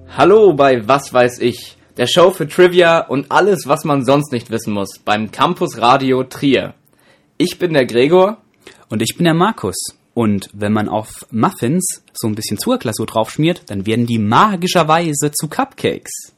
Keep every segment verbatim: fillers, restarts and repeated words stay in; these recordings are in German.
Hallo bei Was weiß ich, der Show für Trivia und alles, was man sonst nicht wissen muss, beim Campus Radio Trier. Ich bin der Gregor. Und ich bin der Markus. Und wenn man auf Muffins so ein bisschen Zuckerglasur draufschmiert, dann werden die magischerweise zu Cupcakes.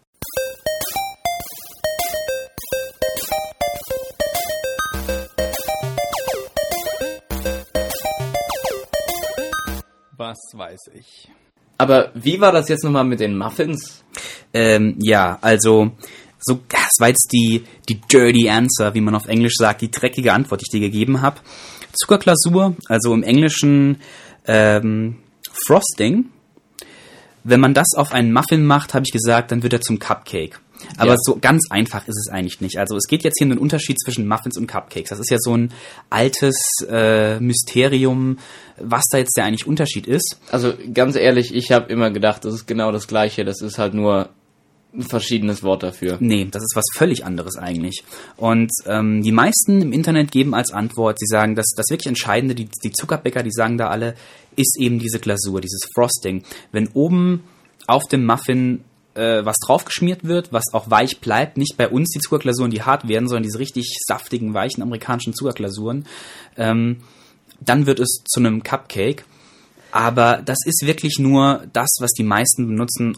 Was weiß ich. Aber wie war das jetzt nochmal mit den Muffins? Ähm, ja, also, so, das war jetzt die, die dirty answer, wie man auf Englisch sagt, die dreckige Antwort, die ich dir gegeben habe. Zuckerglasur, also im Englischen ähm, Frosting. Wenn man das auf einen Muffin macht, habe ich gesagt, dann wird er zum Cupcake. Aber ja. So ganz einfach ist es eigentlich nicht. Also es geht jetzt hier um den Unterschied zwischen Muffins und Cupcakes. Das ist ja so ein altes äh, Mysterium, was da jetzt der eigentlich Unterschied ist. Also ganz ehrlich, ich habe immer gedacht, das ist genau das Gleiche. Das ist halt nur ein verschiedenes Wort dafür. Nee, das ist was völlig anderes eigentlich. Und ähm, die meisten im Internet geben als Antwort, sie sagen, dass das wirklich Entscheidende, die, die Zuckerbäcker, die sagen da alle, ist eben diese Glasur, dieses Frosting. Wenn oben auf dem Muffin äh, was draufgeschmiert wird, was auch weich bleibt, nicht bei uns die Zuckerglasuren, die hart werden, sondern diese richtig saftigen, weichen amerikanischen Zuckerglasuren, ähm, dann wird es zu einem Cupcake. Aber das ist wirklich nur das, was die meisten benutzen,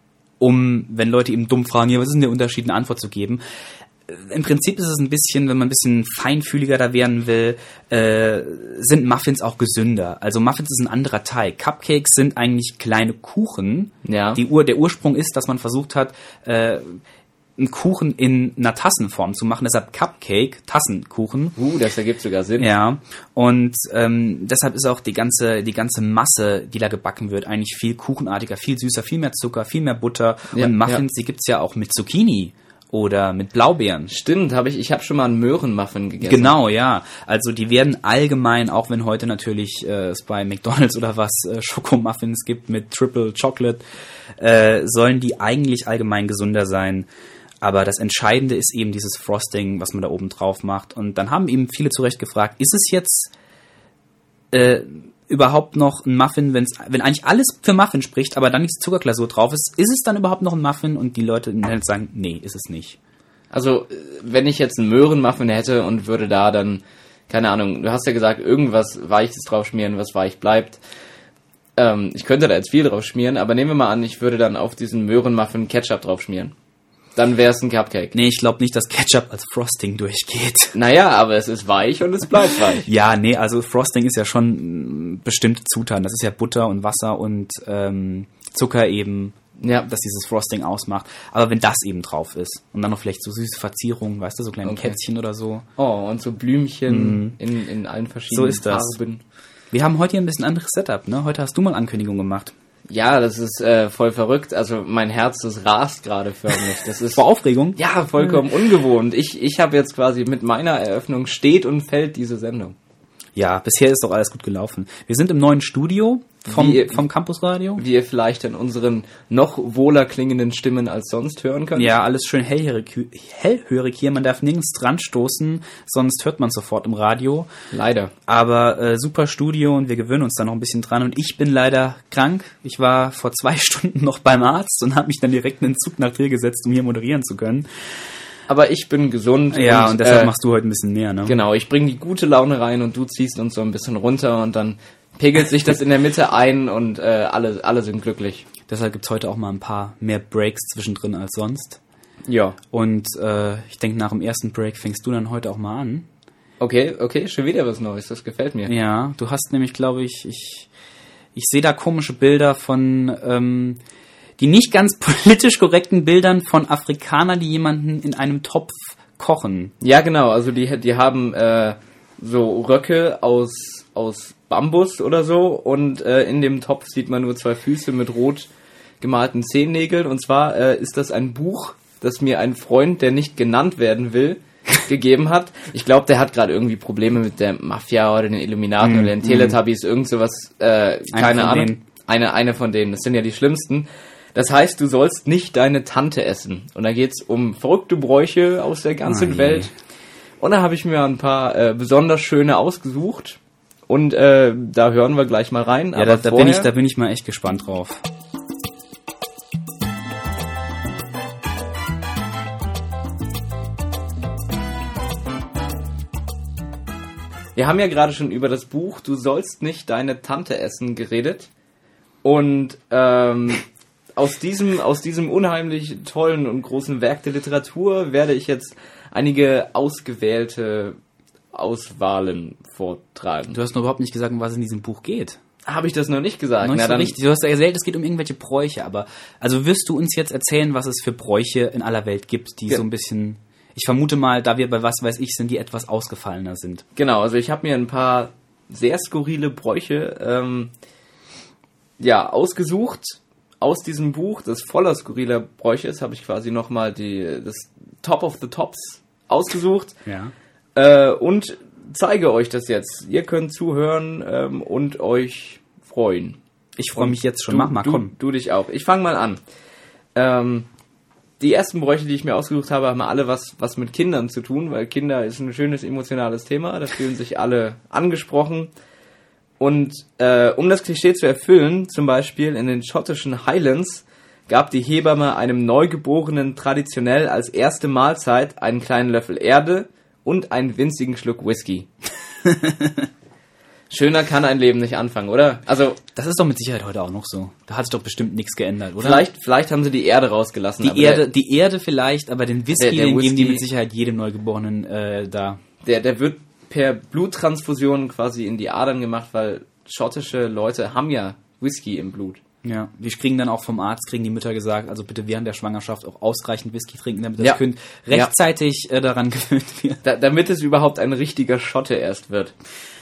um, wenn Leute eben dumm fragen, ja, was ist denn der Unterschied, eine Antwort zu geben. Im Prinzip ist es ein bisschen, wenn man ein bisschen feinfühliger da werden will, äh, sind Muffins auch gesünder. Also Muffins ist ein anderer Teig. Cupcakes sind eigentlich kleine Kuchen. Ja. Die Ur, der Ursprung ist, dass man versucht hat, äh, einen Kuchen in einer Tassenform zu machen. Deshalb Cupcake, Tassenkuchen. Uh, das ergibt sogar Sinn. Ja, und ähm, deshalb ist auch die ganze die ganze Masse, die da gebacken wird, eigentlich viel kuchenartiger, viel süßer, viel mehr Zucker, viel mehr Butter. Ja, und Muffins, ja. Die gibt's ja auch mit Zucchini oder mit Blaubeeren. Stimmt, habe ich ich habe schon mal einen Möhrenmuffin gegessen. Genau, ja. Also die werden allgemein, auch wenn heute natürlich äh, es bei McDonald's oder was äh, Schokomuffins gibt mit Triple Chocolate, äh, sollen die eigentlich allgemein gesünder sein. Aber das Entscheidende ist eben dieses Frosting, was man da oben drauf macht. Und dann haben eben viele zu Recht gefragt, ist es jetzt äh, überhaupt noch ein Muffin, wenn's, wenn eigentlich alles für Muffin spricht, aber dann nicht Zuckerglasur drauf ist, ist es dann überhaupt noch ein Muffin? Und die Leute im Internet sagen, nee, ist es nicht. Also, wenn ich jetzt einen Möhrenmuffin hätte und würde da dann, keine Ahnung, du hast ja gesagt, irgendwas Weiches drauf schmieren, was weich bleibt. Ähm, ich könnte da jetzt viel drauf schmieren, aber nehmen wir mal an, ich würde dann auf diesen Möhrenmuffin Ketchup drauf schmieren. Dann wäre es ein Cupcake. Nee, ich glaube nicht, dass Ketchup als Frosting durchgeht. Naja, aber es ist weich und es bleibt weich. Ja, nee, also Frosting ist ja schon bestimmte Zutaten. Das ist ja Butter und Wasser und ähm, Zucker eben, ja, dass dieses Frosting ausmacht. Aber wenn das eben drauf ist und dann noch vielleicht so süße Verzierungen, weißt du, so kleine okay. Kätzchen oder so. Oh, und so Blümchen mm. in, in allen verschiedenen so ist das. Farben. Wir haben heute hier ein bisschen anderes Setup, ne? Heute hast du mal Ankündigung gemacht. Ja, das ist äh, voll verrückt. Also mein Herz, das rast gerade förmlich. Das ist vor Aufregung? Ja, vollkommen ungewohnt. Ich, ich habe jetzt quasi mit meiner Eröffnung steht und fällt diese Sendung. Ja, bisher ist doch alles gut gelaufen. Wir sind im neuen Studio vom, wie, vom Campusradio. Wie ihr vielleicht in unseren noch wohler klingenden Stimmen als sonst hören könnt. Ja, alles schön hellhörig, hellhörig hier. Man darf nirgends dran stoßen, sonst hört man sofort im Radio. Leider. Aber äh, super Studio und wir gewöhnen uns da noch ein bisschen dran. Und ich bin leider krank. Ich war vor zwei Stunden noch beim Arzt und habe mich dann direkt in den Zug nach hier gesetzt, um hier moderieren zu können. Aber ich bin gesund. Ja, und, und deshalb äh, machst du heute ein bisschen mehr, ne? Genau, ich bringe die gute Laune rein und du ziehst uns so ein bisschen runter und dann pegelt sich das in der Mitte ein und äh, alle, alle sind glücklich. Deshalb gibt's heute auch mal ein paar mehr Breaks zwischendrin als sonst. Ja. Und äh, ich denke, nach dem ersten Break fängst du dann heute auch mal an. Okay, okay, schon wieder was Neues, das gefällt mir. Ja, du hast nämlich, glaube ich, ich, ich sehe da komische Bilder von... Ähm, die nicht ganz politisch korrekten Bildern von Afrikanern, die jemanden in einem Topf kochen. Ja, genau. Also die, die haben äh, so Röcke aus, aus Bambus oder so und äh, in dem Topf sieht man nur zwei Füße mit rot gemalten Zehennägeln. Und zwar äh, ist das ein Buch, das mir ein Freund, der nicht genannt werden will, gegeben hat. Ich glaube, der hat gerade irgendwie Probleme mit der Mafia oder den Illuminaten mm, oder den Teletubbies, mm. irgend sowas, äh, keine Ahnung. Eine, eine von denen. Das sind ja die schlimmsten. Das heißt, du sollst nicht deine Tante essen. Und da geht's um verrückte Bräuche aus der ganzen oh, Welt. Und da habe ich mir ein paar äh, besonders schöne ausgesucht. Und äh, da hören wir gleich mal rein. Ja, Aber da, da, bin ich, da bin ich mal echt gespannt drauf. Wir haben ja gerade schon über das Buch Du sollst nicht deine Tante essen geredet. Und ähm, aus diesem, aus diesem unheimlich tollen und großen Werk der Literatur werde ich jetzt einige ausgewählte Auswahlen vortragen. Du hast noch überhaupt nicht gesagt, um was es in diesem Buch geht. Habe ich das noch nicht gesagt? Noch nicht Na, so dann, richtig. Du hast ja erzählt, es geht um irgendwelche Bräuche, aber also wirst du uns jetzt erzählen, was es für Bräuche in aller Welt gibt, die Ja. so ein bisschen, ich vermute mal, da wir bei was weiß ich sind, die etwas ausgefallener sind. Genau, also ich habe mir ein paar sehr skurrile Bräuche ähm, ja, ausgesucht. Aus diesem Buch, das voller skurriler Bräuche ist, habe ich quasi nochmal die das Top of the Tops ausgesucht. Ja. Äh, und zeige euch das jetzt. Ihr könnt zuhören ähm, und euch freuen. Ich freue mich jetzt schon. Du, Mach mal, du, komm. Du dich auch. Ich fange mal an. Ähm, die ersten Bräuche, die ich mir ausgesucht habe, haben alle was, was mit Kindern zu tun, weil Kinder ist ein schönes emotionales Thema. Da fühlen sich alle angesprochen. Und äh, um das Klischee zu erfüllen, zum Beispiel in den schottischen Highlands, gab die Hebamme einem Neugeborenen traditionell als erste Mahlzeit einen kleinen Löffel Erde und einen winzigen Schluck Whisky. Schöner kann ein Leben nicht anfangen, oder? Also Das ist doch mit Sicherheit heute auch noch so. Da hat sich doch bestimmt nichts geändert, oder? vielleicht, vielleicht haben sie die Erde rausgelassen. aber die Erde, der, die Erde vielleicht, aber den Whisky, Der- der den geben die Whisky- mit Sicherheit jedem Neugeborenen äh, da. der, der wird per Bluttransfusion quasi in die Adern gemacht, weil schottische Leute haben ja Whisky im Blut. Ja, die kriegen dann auch vom Arzt, kriegen die Mütter gesagt, also bitte während der Schwangerschaft auch ausreichend Whisky trinken, damit das Ja. Kind rechtzeitig äh, daran gewöhnt wird. Da, damit es überhaupt ein richtiger Schotte erst wird.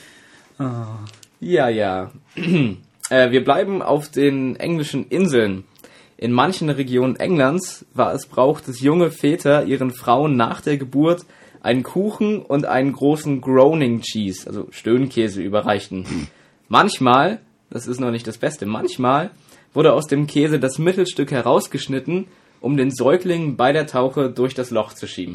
Ja, ja. äh, wir bleiben auf den englischen Inseln. In manchen Regionen Englands war es Brauch, dass junge Väter ihren Frauen nach der Geburt einen Kuchen und einen großen Groaning Cheese, also Stöhnkäse, überreichten. Manchmal, das ist noch nicht das Beste, manchmal wurde aus dem Käse das Mittelstück herausgeschnitten, um den Säugling bei der Tauche durch das Loch zu schieben.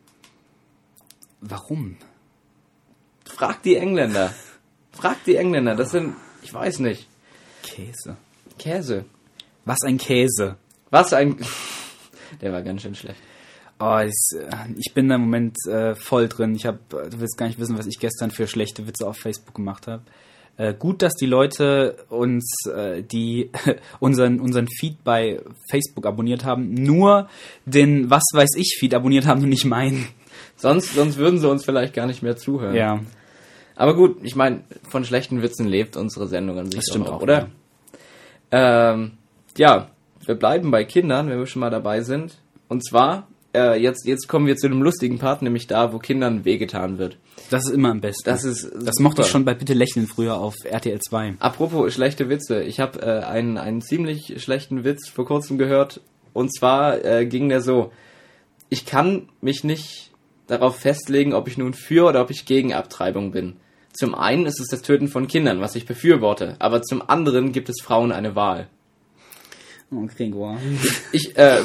Warum? Frag die Engländer. Frag die Engländer. Das sind, ich weiß nicht, Käse. Käse. Was ein Käse. Was ein... Der war ganz schön schlecht. Oh, ich, ich bin da im Moment äh, voll drin. Ich hab, du willst gar nicht wissen, was ich gestern für schlechte Witze auf Facebook gemacht habe. Äh, gut, dass die Leute uns, äh, die unseren unseren Feed bei Facebook abonniert haben, nur den Was weiß ich Feed abonniert haben und nicht meinen. Sonst, sonst würden sie uns vielleicht gar nicht mehr zuhören. Ja, Aber gut, ich meine, von schlechten Witzen lebt unsere Sendung an sich das stimmt auch, auch, oder? Ähm, ja, wir bleiben bei Kindern, wenn wir schon mal dabei sind. Und zwar, äh, jetzt, jetzt kommen wir zu einem lustigen Part, nämlich da, wo Kindern wehgetan wird. das ist immer am besten. Das ist Das super. mochte ich schon bei Bitte lächeln früher auf R T L zwei. Apropos schlechte Witze, ich habe äh, einen, einen ziemlich schlechten Witz vor kurzem gehört. Und zwar äh, ging der so: Ich kann mich nicht darauf festlegen, ob ich nun für oder ob ich gegen Abtreibung bin. Zum einen ist es das Töten von Kindern, was ich befürworte, aber zum anderen gibt es Frauen eine Wahl. Oh, Gregor. Ich, äh,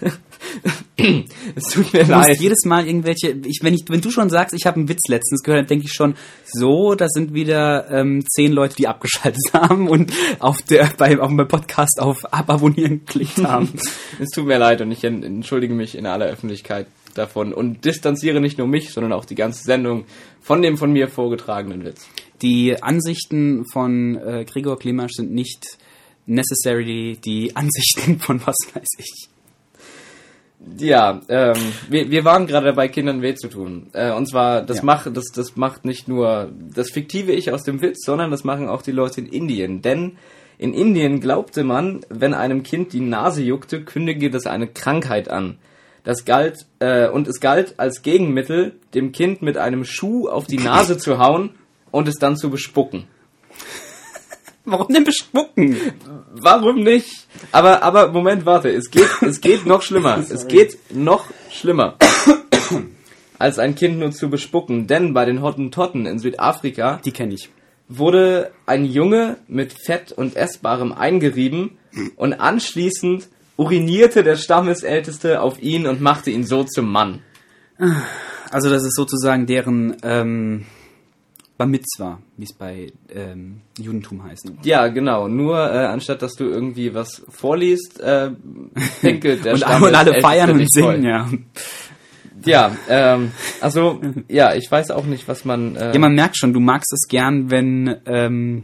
es tut mir Du leid. musst jedes Mal irgendwelche, ich, wenn, ich, wenn du schon sagst, ich habe einen Witz letztens gehört, dann denke ich schon, so, da sind wieder ähm, zehn Leute, die abgeschaltet haben und auf der bei, auf meinem Podcast auf Ababonnieren geklickt haben. Es tut mir leid und ich en- entschuldige mich in aller Öffentlichkeit davon und distanziere nicht nur mich, sondern auch die ganze Sendung von dem von mir vorgetragenen Witz. Die Ansichten von äh, Gregor Klimasch sind nicht necessarily die Ansichten von was weiß ich. Ja, ähm, wir, wir waren gerade dabei, Kindern weh zu tun. Äh, und zwar, das, Ja. macht, das, das macht nicht nur das fiktive Ich aus dem Witz, sondern das machen auch die Leute in Indien. Denn in Indien glaubte man, wenn einem Kind die Nase juckte, kündige das eine Krankheit an. Das galt, äh, und es galt als Gegenmittel, dem Kind mit einem Schuh auf die Nase zu hauen und es dann zu bespucken. Warum denn bespucken? Warum nicht? Aber, aber, Moment, warte, es geht, es geht noch schlimmer. Es geht noch schlimmer. Als ein Kind nur zu bespucken. Denn bei den Hottentotten in Südafrika Die kenne ich. wurde ein Junge mit Fett und Essbarem eingerieben und anschließend urinierte der Stammesälteste auf ihn und machte ihn so zum Mann. Also das ist sozusagen deren ähm, Bar Mitzwa, wie es bei ähm, Judentum heißt. Ja, genau. Nur äh, anstatt dass du irgendwie was vorliest, äh, pinkelt der und, und alle Stammesälteste feiern und dich singen, voll. ja. Ja, ähm, also, ja, ich weiß auch nicht, was man... Äh, ja, man merkt schon, du magst es gern, wenn ähm,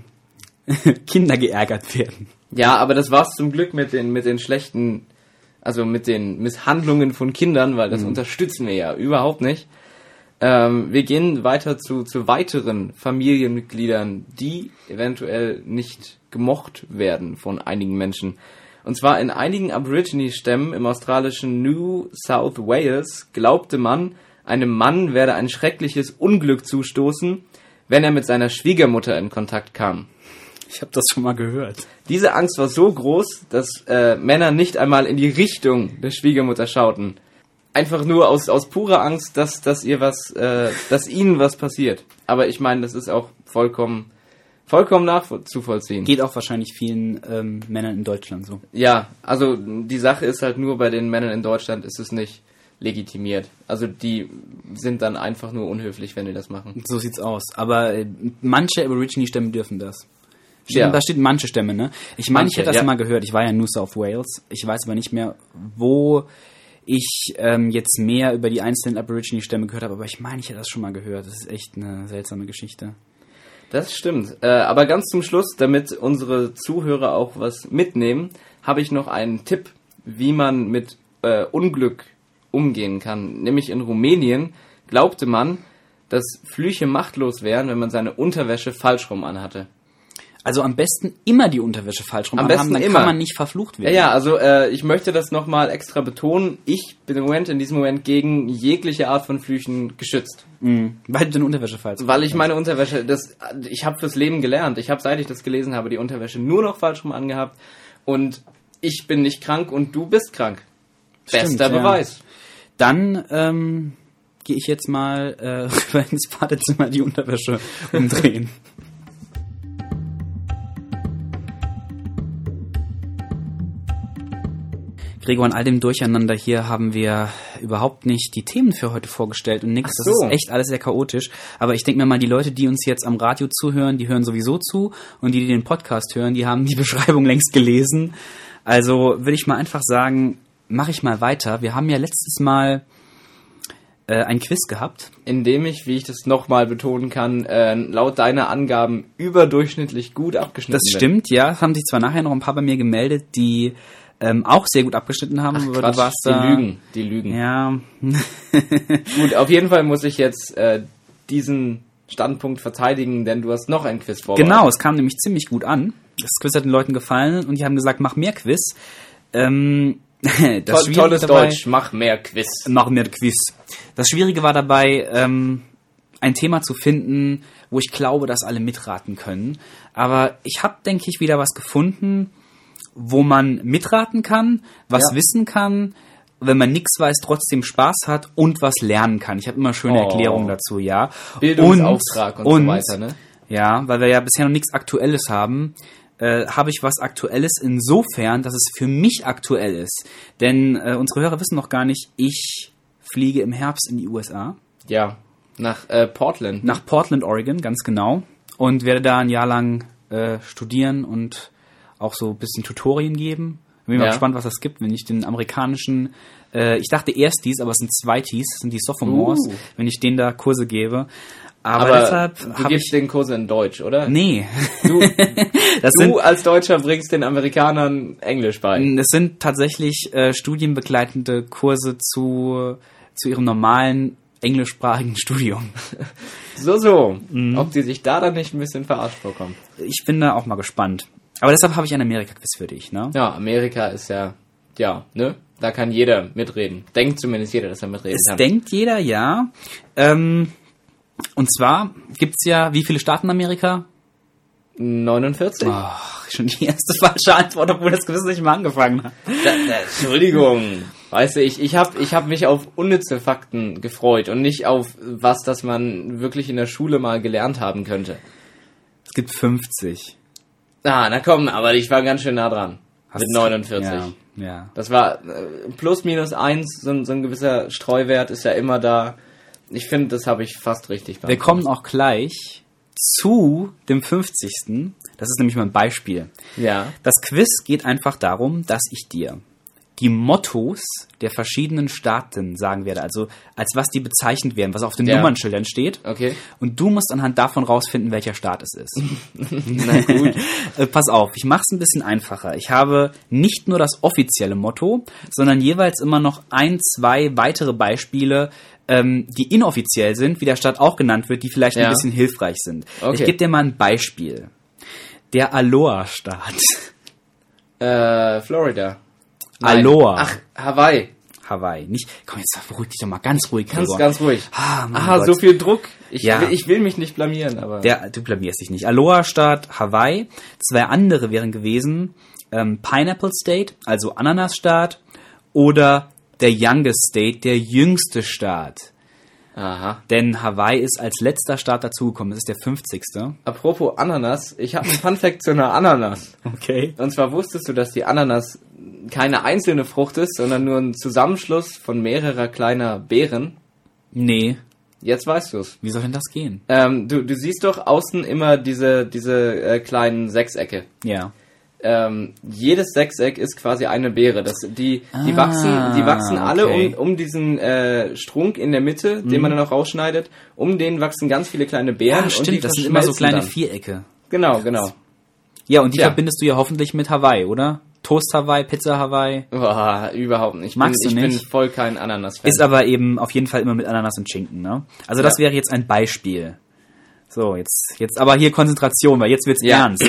Kinder geärgert werden. Ja, aber das war's zum Glück mit den, mit den schlechten, also mit den Misshandlungen von Kindern, weil das mhm. unterstützen wir ja überhaupt nicht. Ähm, wir gehen weiter zu, zu weiteren Familienmitgliedern, die eventuell nicht gemocht werden von einigen Menschen. Und zwar in einigen Aborigine-Stämmen im australischen New South Wales glaubte man, einem Mann werde ein schreckliches Unglück zustoßen, wenn er mit seiner Schwiegermutter in Kontakt kam. Ich habe das schon mal gehört. Diese Angst war so groß, dass äh, Männer nicht einmal in die Richtung der Schwiegermutter schauten. Einfach nur aus, aus purer Angst, dass, dass ihr was, äh, dass ihnen was passiert. Aber ich meine, das ist auch vollkommen, vollkommen nachzuvollziehen. Geht auch wahrscheinlich vielen ähm, Männern in Deutschland so. Ja, also die Sache ist halt nur, bei den Männern in Deutschland ist es nicht legitimiert. Also die sind dann einfach nur unhöflich, wenn die das machen. So sieht's aus. Aber äh, manche Aborigine-Stämme dürfen das. Steht, ja. Da steht manche Stämme, ne? Ich meine, ich hätte das ja. mal gehört. Ich war ja in New South Wales. Ich weiß aber nicht mehr, wo ich ähm, jetzt mehr über die einzelnen Aborigine-Stämme gehört habe. Aber ich meine, ich hätte das schon mal gehört. Das ist echt eine seltsame Geschichte. Das stimmt. Äh, aber ganz zum Schluss, damit unsere Zuhörer auch was mitnehmen, habe ich noch einen Tipp, wie man mit äh, Unglück umgehen kann. Nämlich in Rumänien glaubte man, dass Flüche machtlos wären, wenn man seine Unterwäsche falsch rum anhatte. Also am besten immer die Unterwäsche falsch rum am anhaben, besten dann immer. Kann man nicht verflucht werden. Ja, ja, also äh, ich möchte das nochmal extra betonen. Ich bin im Moment, in diesem Moment gegen jegliche Art von Flüchen geschützt. Mhm. Weil du deine Unterwäsche falsch rum Weil ich meine Unterwäsche, das, ich habe fürs Leben gelernt. Ich habe, seit ich das gelesen habe, die Unterwäsche nur noch falsch rum angehabt. Und ich bin nicht krank und du bist krank. Stimmt, Bester ja. Beweis. Dann ähm, gehe ich jetzt mal äh, rüber ins Badezimmer die Unterwäsche umdrehen. Gregor, in all dem Durcheinander hier haben wir überhaupt nicht die Themen für heute vorgestellt und nix. Ach so. Das ist echt alles sehr chaotisch. Aber ich denke mir mal, die Leute, die uns jetzt am Radio zuhören, die hören sowieso zu. Und die, die den Podcast hören, die haben die Beschreibung längst gelesen. Also würde ich mal einfach sagen, mache ich mal weiter. Wir haben ja letztes Mal äh, ein Quiz gehabt. Indem ich, wie ich das nochmal betonen kann, äh, laut deiner Angaben überdurchschnittlich gut abgeschnitten Das stimmt, ja. Es haben sich zwar nachher noch ein paar bei mir gemeldet, die ähm, auch sehr gut abgeschnitten haben. Ach, aber Quatsch, du warst die da, lügen, die lügen. Ja. Gut, auf jeden Fall muss ich jetzt äh, diesen Standpunkt verteidigen, denn du hast noch ein Quiz vorbereitet. Genau, es kam nämlich ziemlich gut an. Das Quiz hat den Leuten gefallen und die haben gesagt, mach mehr Quiz. Ähm, das Toll, tolles dabei, Deutsch, mach mehr Quiz. Mach mehr Quiz. Das Schwierige war dabei, ähm, ein Thema zu finden, wo ich glaube, dass alle mitraten können. Aber ich habe, denke ich, wieder was gefunden, wo man mitraten kann, was Ja. wissen kann, wenn man nichts weiß, trotzdem Spaß hat und was lernen kann. Ich habe immer schöne Oh. Erklärungen dazu, ja. Bildungsauftrag und, und so weiter, ne? Ja, weil wir ja bisher noch nichts Aktuelles haben, äh, habe ich was Aktuelles insofern, dass es für mich aktuell ist. Denn äh, unsere Hörer wissen noch gar nicht, ich fliege im Herbst in die U S A. Ja, nach äh, Portland. Nach Portland, Oregon, ganz genau. Und werde da ein Jahr lang äh, studieren und auch so ein bisschen Tutorien geben. Bin mal Ja. gespannt, was das gibt, wenn ich den amerikanischen, äh, ich dachte Erstis, aber es sind Zweitis, das sind die Sophomores, Uh. wenn ich denen da Kurse gebe. Aber, Aber deshalb du habe gibst ich... den Kurs in Deutsch, oder? Nee. Du, das du sind, als Deutscher bringst den Amerikanern Englisch bei. das sind tatsächlich äh, studienbegleitende Kurse zu, zu ihrem normalen englischsprachigen Studium. So, so. Mhm. Ob die sich da dann nicht ein bisschen verarscht vorkommen. Ich bin da auch mal gespannt. Aber deshalb habe ich ein Amerika-Quiz für dich, ne? Ja, Amerika ist ja, ja, ne? Da kann jeder mitreden. Denkt zumindest jeder, dass er mitreden Es kann. denkt jeder, ja. Ähm, und zwar gibt's ja, wie viele Staaten in Amerika? neunundvierzig? Ach, schon die erste falsche Antwort, obwohl das Quiz nicht mal angefangen hat. Da, da, Entschuldigung. Weißt du, ich, ich habe ich hab mich auf unnütze Fakten gefreut und nicht auf was, das man wirklich in der Schule mal gelernt haben könnte. Es gibt fünfzig. Ah, na komm, aber ich war ganz schön nah dran. Hast mit du- neunundvierzig. Ja, ja. Das war äh, plus minus eins, so, ein- so ein gewisser Streuwert ist ja immer da. Ich finde, das habe ich fast richtig Wir kommen auch gleich zu dem fünfzigsten. Das ist nämlich mal ein Beispiel. Ja. Das Quiz geht einfach darum, dass ich dir die Mottos der verschiedenen Staaten sagen werde, also als was die bezeichnet werden, was auf den Ja. Nummernschildern steht. Okay. Und du musst anhand davon rausfinden, welcher Staat es ist. Na gut. Äh, Pass auf, ich mache es ein bisschen einfacher. Ich habe nicht nur das offizielle Motto, sondern jeweils immer noch ein, zwei weitere Beispiele, ähm, die inoffiziell sind, wie der Staat auch genannt wird, die vielleicht Ja. ein bisschen hilfreich sind. Okay. Ich gebe dir mal ein Beispiel. Der Aloha-Staat. Äh, Florida. Aloha. Ach, Hawaii. Hawaii. Nicht, komm, jetzt beruhig dich doch mal ganz ruhig. Ganz, Gregor. ganz ruhig. Ah, mein Aha, Gott. so viel Druck. Ich, Ja. will, ich will mich nicht blamieren, aber... Der, du blamierst dich nicht. Aloha-Staat, Hawaii. Zwei andere wären gewesen ähm, Pineapple State, also Ananas-Staat, oder der Youngest State, der jüngste Staat. Aha. Denn Hawaii ist als letzter Staat dazugekommen. Das ist der fünfzigste. Apropos Ananas, ich habe einen Funfact zu einer Ananas. Okay. Und zwar wusstest du, dass die Ananas keine einzelne Frucht ist, sondern nur ein Zusammenschluss von mehrerer kleiner Beeren? Nee. Jetzt weißt du es. Wie soll denn das gehen? Ähm, du, du siehst doch außen immer diese, diese äh, kleinen Sechsecke. Ja. Ähm, jedes Sechseck ist quasi eine Beere. Das, die, die Ah, wachsen, die wachsen alle okay. um, um diesen äh, Strunk in der Mitte, den man dann auch rausschneidet. Um den wachsen ganz viele kleine Beeren. Ja, und die stimmt. Das sind immer so verschmelzen kleine dann. Vierecke. Genau, genau. Ja, und die Ja. verbindest du ja hoffentlich mit Hawaii, oder? Toast Hawaii, Pizza Hawaii. Boah, überhaupt nicht. Ich, Magst bin, du ich nicht? bin voll kein Ananas-Fan. Ist aber eben auf jeden Fall immer mit Ananas und Schinken, ne? Also das Ja. wäre jetzt ein Beispiel. So, jetzt, jetzt aber hier Konzentration, weil jetzt wird's Ja. ernst.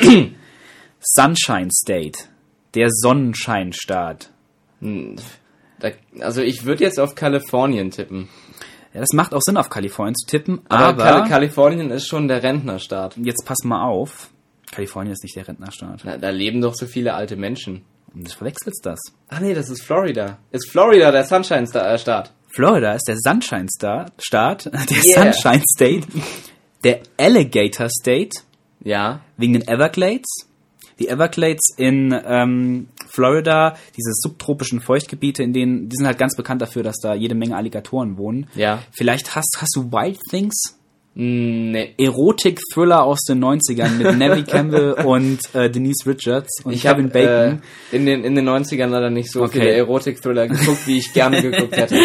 Sunshine State. Der Sonnenscheinstaat. Hm, da, also ich würde jetzt auf Kalifornien tippen. Ja, das macht auch Sinn, auf Kalifornien zu tippen, Aber, aber, Kal Kalifornien ist schon der Rentnerstaat. jetzt pass mal auf. Kalifornien ist nicht der Rentnerstaat. Na, da leben doch so viele alte Menschen. Und du verwechselst das. Ach nee, das ist Florida. Ist Florida der Sunshine-Staat? Florida ist der Sunshine Star- Staat, der Yeah. Sunshine State, der Alligator State, Ja. wegen den Everglades. Die Everglades in ähm, Florida, diese subtropischen Feuchtgebiete, in denen, die sind halt ganz bekannt dafür, dass da jede Menge Alligatoren wohnen. Ja. Vielleicht hast, hast du Wild Things? Mm, nee. Erotik-Thriller aus den neunzigern mit Neve Campbell und äh, Denise Richards und Ich Kevin habe Bacon. äh, in, den, in den neunzigern leider nicht so Okay. viele Erotik-Thriller geguckt, wie ich gerne geguckt hätte.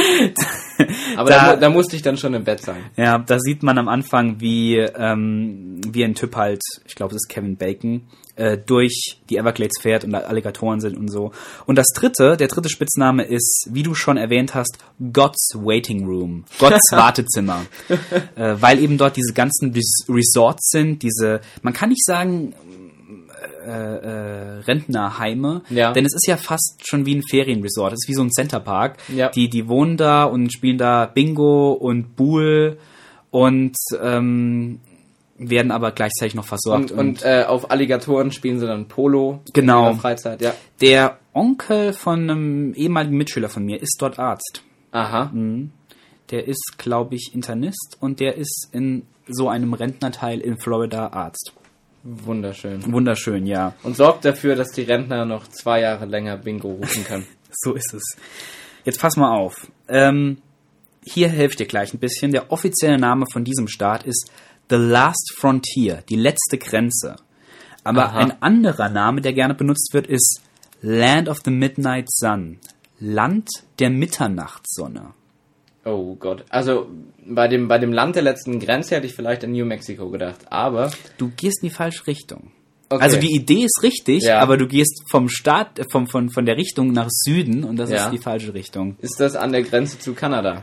Aber Da- da, mu- da musste ich dann schon im Bett sein. Ja, da sieht man am Anfang, wie, ähm, wie ein Typ halt, ich glaube, es ist Kevin Bacon, äh, durch die Everglades fährt und da Alligatoren sind und so. Und das dritte, der dritte Spitzname ist, wie du schon erwähnt hast, God's Waiting Room, Gottes Wartezimmer. äh, weil eben dort diese ganzen Res- Resorts sind, diese, man kann nicht sagen, äh, äh, Rentnerheime, Ja. denn es ist ja fast schon wie ein Ferienresort, es ist wie so ein Centerpark. Ja. Die, die wohnen da und spielen da Bingo und Boule und ähm, werden aber gleichzeitig noch versorgt. Und, und äh, auf Alligatoren spielen sie dann Polo Genau. in ihrer Freizeit, ja. der Onkel von einem ehemaligen Mitschüler von mir ist dort Arzt. Aha. Der ist, glaube ich, Internist und der ist in so einem Rentnerteil in Florida Arzt. Wunderschön. Wunderschön, ja. Und sorgt dafür, dass die Rentner noch zwei Jahre länger Bingo rufen können. So ist es. Jetzt pass mal auf. Ähm, hier helfe ich dir gleich ein bisschen. Der offizielle Name von diesem Staat ist The Last Frontier, die letzte Grenze. Aber Aha. ein anderer Name, der gerne benutzt wird, ist Land of the Midnight Sun, Land der Mitternachtssonne. Oh Gott. Also bei dem, bei dem Land der letzten Grenze hätte ich vielleicht an New Mexico gedacht, aber... Du gehst in die falsche Richtung. Okay. Also die Idee ist richtig, Ja. aber du gehst vom Staat, äh, vom, von, von der Richtung nach Süden und das Ja. ist die falsche Richtung. Ist das an der Grenze zu Kanada?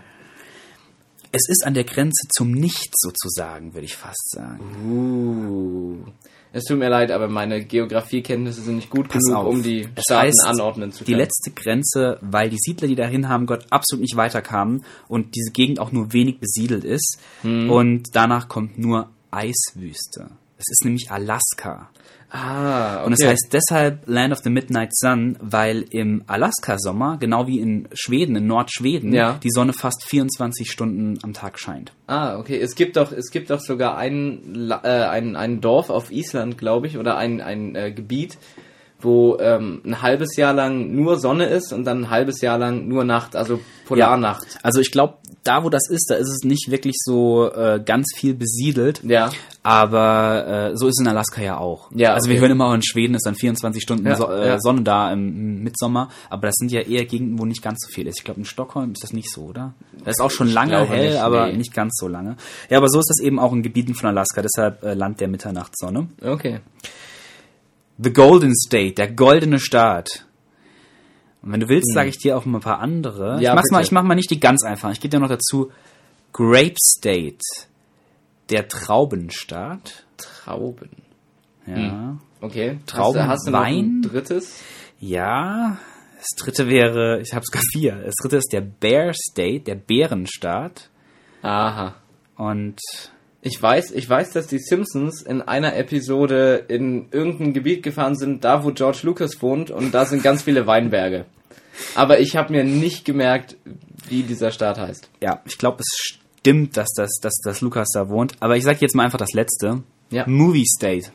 Es ist an der Grenze zum Nichts sozusagen, würde ich fast sagen. Uh. Es tut mir leid, aber meine Geografiekenntnisse sind nicht gut Pass genug, auf. um die Es Staaten heißt, anordnen zu Die können. letzte Grenze, weil die Siedler, die dahin haben, Gott absolut nicht weiterkamen und diese Gegend auch nur wenig besiedelt ist. Hm. Und danach kommt nur Eiswüste. Es ist nämlich Alaska. Ah, okay. Und es heißt deshalb Land of the Midnight Sun, weil im Alaska-Sommer, genau wie in Schweden, in Nordschweden, Ja. die Sonne fast vierundzwanzig Stunden am Tag scheint. Ah, okay. Es gibt doch, es gibt doch sogar ein, La- äh, ein, ein Dorf auf Island, glaube ich, oder ein, ein äh, Gebiet, wo ähm, ein halbes Jahr lang nur Sonne ist und dann ein halbes Jahr lang nur Nacht, also Polarnacht. Also ich glaube, da wo das ist, da ist es nicht wirklich so äh, ganz viel besiedelt. Ja. Aber äh, so ist es in Alaska ja auch. Ja, also okay. wir hören immer, in Schweden ist dann vierundzwanzig Stunden Ja, so, äh, ja. Sonne da im Mitsommer, aber das sind ja eher Gegenden, wo nicht ganz so viel ist. Ich glaube, in Stockholm ist das nicht so, oder? Das ist auch schon Ich lange glaube hell, nicht, aber nee. nicht ganz so lange. Ja, aber so ist das eben auch in Gebieten von Alaska, deshalb äh, Land der Mitternachtssonne. Okay. The Golden State, der goldene Staat. Und wenn du willst, Hm. sage ich dir auch mal ein paar andere. Ja, ich, mach's mal, bitte. ich mach mal nicht die ganz einfachen. Ich gebe dir noch dazu Grape State, der Traubenstaat. Trauben. Ja. Okay. Trauben, hast du, hast du noch Wein? ein drittes? Ja, das dritte wäre, ich habe sogar vier. Das dritte ist der Bear State, der Bärenstaat. Aha. Und Ich weiß, ich weiß, dass die Simpsons in einer Episode in irgendein Gebiet gefahren sind, da wo George Lucas wohnt, und da sind ganz viele Weinberge. Aber ich habe mir nicht gemerkt, wie dieser Staat heißt. ja, ich glaube, es stimmt, dass das, dass, dass Lukas da wohnt. Aber ich sage jetzt mal einfach das letzte. Ja. Movie State.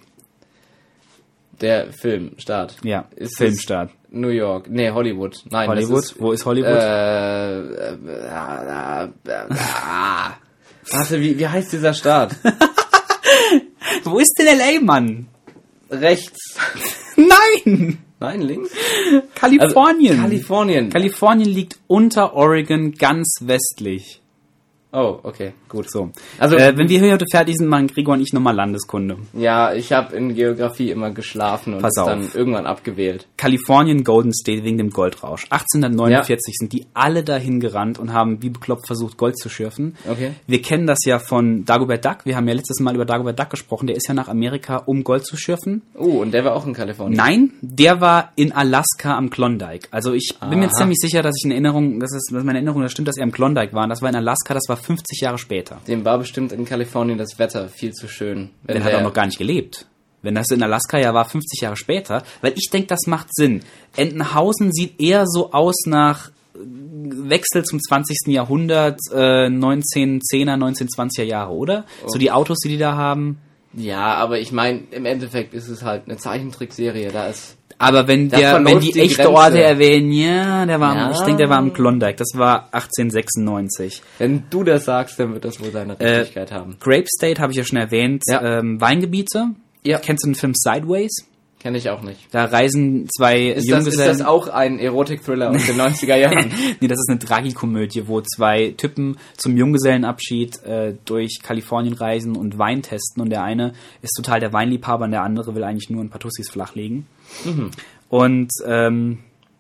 Der Filmstaat. Ja, Ist Filmstaat. es New York. Nee, Hollywood. Nein, Hollywood? Das ist, Wo ist Hollywood? Äh, äh, äh, äh, äh, ah. Warte, wie, wie heißt dieser Staat? Wo ist denn L A, Mann? Rechts. Nein! Nein, links? Kalifornien. Also, Kalifornien. Kalifornien liegt unter Oregon ganz westlich. Oh, okay, gut. So. Also- äh, wenn wir hier heute fertig sind, machen Gregor und ich nochmal Landeskunde. Ja, ich habe in Geografie immer geschlafen und Pass es auf. dann irgendwann abgewählt. Kalifornien, Golden State wegen dem Goldrausch. achtzehnhundertneunundvierzig sind die alle dahin gerannt und haben wie bekloppt versucht, Gold zu schürfen. Okay. Wir kennen das ja von Dagobert Duck. Wir haben ja letztes Mal über Dagobert Duck gesprochen. Der ist ja nach Amerika, um Gold zu schürfen. Oh, und der war auch in Kalifornien. Nein, der war in Alaska am Klondike. Also ich bin mir Aha. ziemlich sicher, dass ich in Erinnerung, dass es, dass meine Erinnerung, das stimmt, dass er am Klondike war. Und das war in Alaska, das war fünfzig Jahre später. Dem war bestimmt in Kalifornien das Wetter viel zu schön. Wenn Der hat der- auch noch gar nicht gelebt. Wenn das in Alaska ja war, fünfzig Jahre später. Weil ich denke, das macht Sinn. Entenhausen sieht eher so aus nach Wechsel zum zwanzigsten Jahrhundert, äh, neunzehnhundertzehner, neunzehnhundertzwanziger Jahre, oder? So die Autos, die die da haben. Ja, aber ich meine, im Endeffekt ist es halt eine Zeichentrickserie. Da ist Aber wenn Da der, wenn verläuft die die echte Grenze. Orte erwähnen, ja, der war, Ja. ich denke, der war am Klondike. Das war achtzehnhundertsechsundneunzig. Wenn du das sagst, dann wird das wohl seine Äh, Richtigkeit haben. Grape State habe ich ja schon erwähnt. Ja. Ähm, Weingebiete. Ja. Kennst du den Film Sideways? Kenne ich auch nicht. Da reisen zwei Ist das, ist Junggesellen. das auch ein Erotik-Thriller aus den neunziger Jahren? Nee, das ist eine Tragikomödie, wo zwei Typen zum Junggesellenabschied äh, durch Kalifornien reisen und Wein testen. Und der eine ist total der Weinliebhaber und der andere will eigentlich nur ein paar Tussis flachlegen. Mhm. Und ähm,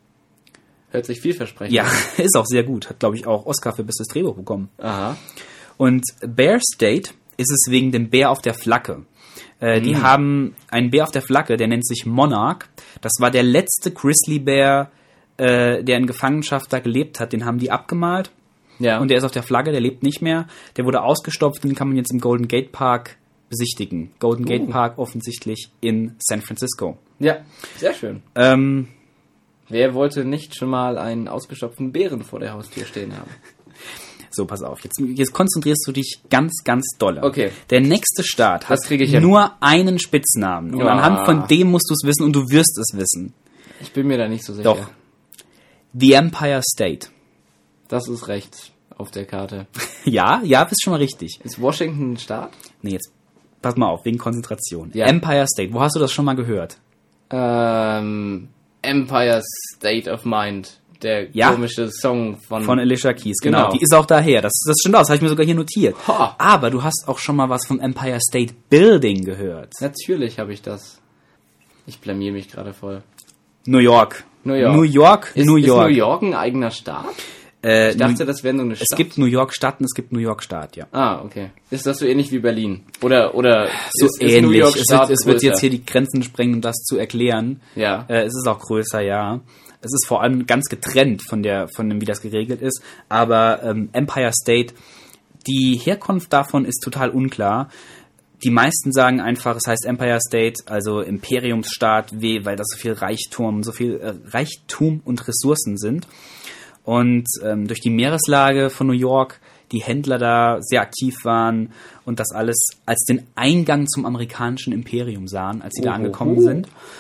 Hört sich vielversprechend ja, an. ist auch sehr gut. Hat, glaube ich, auch Oscar für bestes Drehbuch bekommen. Aha. Und Bear State ist es wegen dem Bär auf der Flagge. Äh, Die Mhm. haben einen Bär auf der Flagge, der nennt sich Monarch. Das war der letzte Grizzlybär, äh, der in Gefangenschaft da gelebt hat. Den haben die abgemalt. Ja. Und der ist auf der Flagge, der lebt nicht mehr. Der wurde ausgestopft und den kann man jetzt im Golden Gate Park besichtigen. Golden Gate Uh. Park offensichtlich in San Francisco. ja, sehr schön. Ähm, Wer wollte nicht schon mal einen ausgestopften Bären vor der Haustür stehen haben? so, pass auf. Jetzt, jetzt konzentrierst du dich ganz, ganz dolle. Okay. Der nächste Staat hat Das krieg ich hin. nur einen Spitznamen. Und Ja. anhand von dem musst du es wissen und du wirst es wissen. Ich bin mir da nicht so sicher. Doch. The Empire State. Das ist rechts auf der Karte. Ja, ja, bist schon mal richtig. Ist Washington ein Staat? Nee, jetzt pass mal auf, wegen Konzentration. Ja. Empire State, wo hast du das schon mal gehört? Ähm, Empire State of Mind. Der Ja. komische Song von... Von Alicia Keys, genau. Genau. Die ist auch daher. Das, das stimmt aus, habe ich mir sogar hier notiert. Ha. Aber du hast auch schon mal was vom Empire State Building gehört. Natürlich habe ich das. Ich blamier mich gerade voll. New York. New York. New York, Ist, New York. ist New York ein eigener Staat? Äh, Ich dachte, New- das wäre nur eine Stadt. es gibt New York Stadt und es gibt New York Staat, ja. Ah, okay. Ist das so ähnlich wie Berlin? Oder, oder So ist, ist New ähnlich. York Es Staat wird, es wird größer? jetzt hier die Grenzen sprengen, um das zu erklären. Ja. Äh, es ist auch größer, ja. Es ist vor allem ganz getrennt von der, von dem, wie das geregelt ist. Aber ähm, Empire State, die Herkunft davon ist total unklar. Die meisten sagen einfach, es heißt Empire State, also Imperiumsstaat, weh, weil da so viel Reichtum, so viel äh, Reichtum und Ressourcen sind. Und ähm, durch die Meereslage von New York, die Händler da sehr aktiv waren und das alles als den Eingang zum amerikanischen Imperium sahen, als sie da Ohoho. angekommen sind.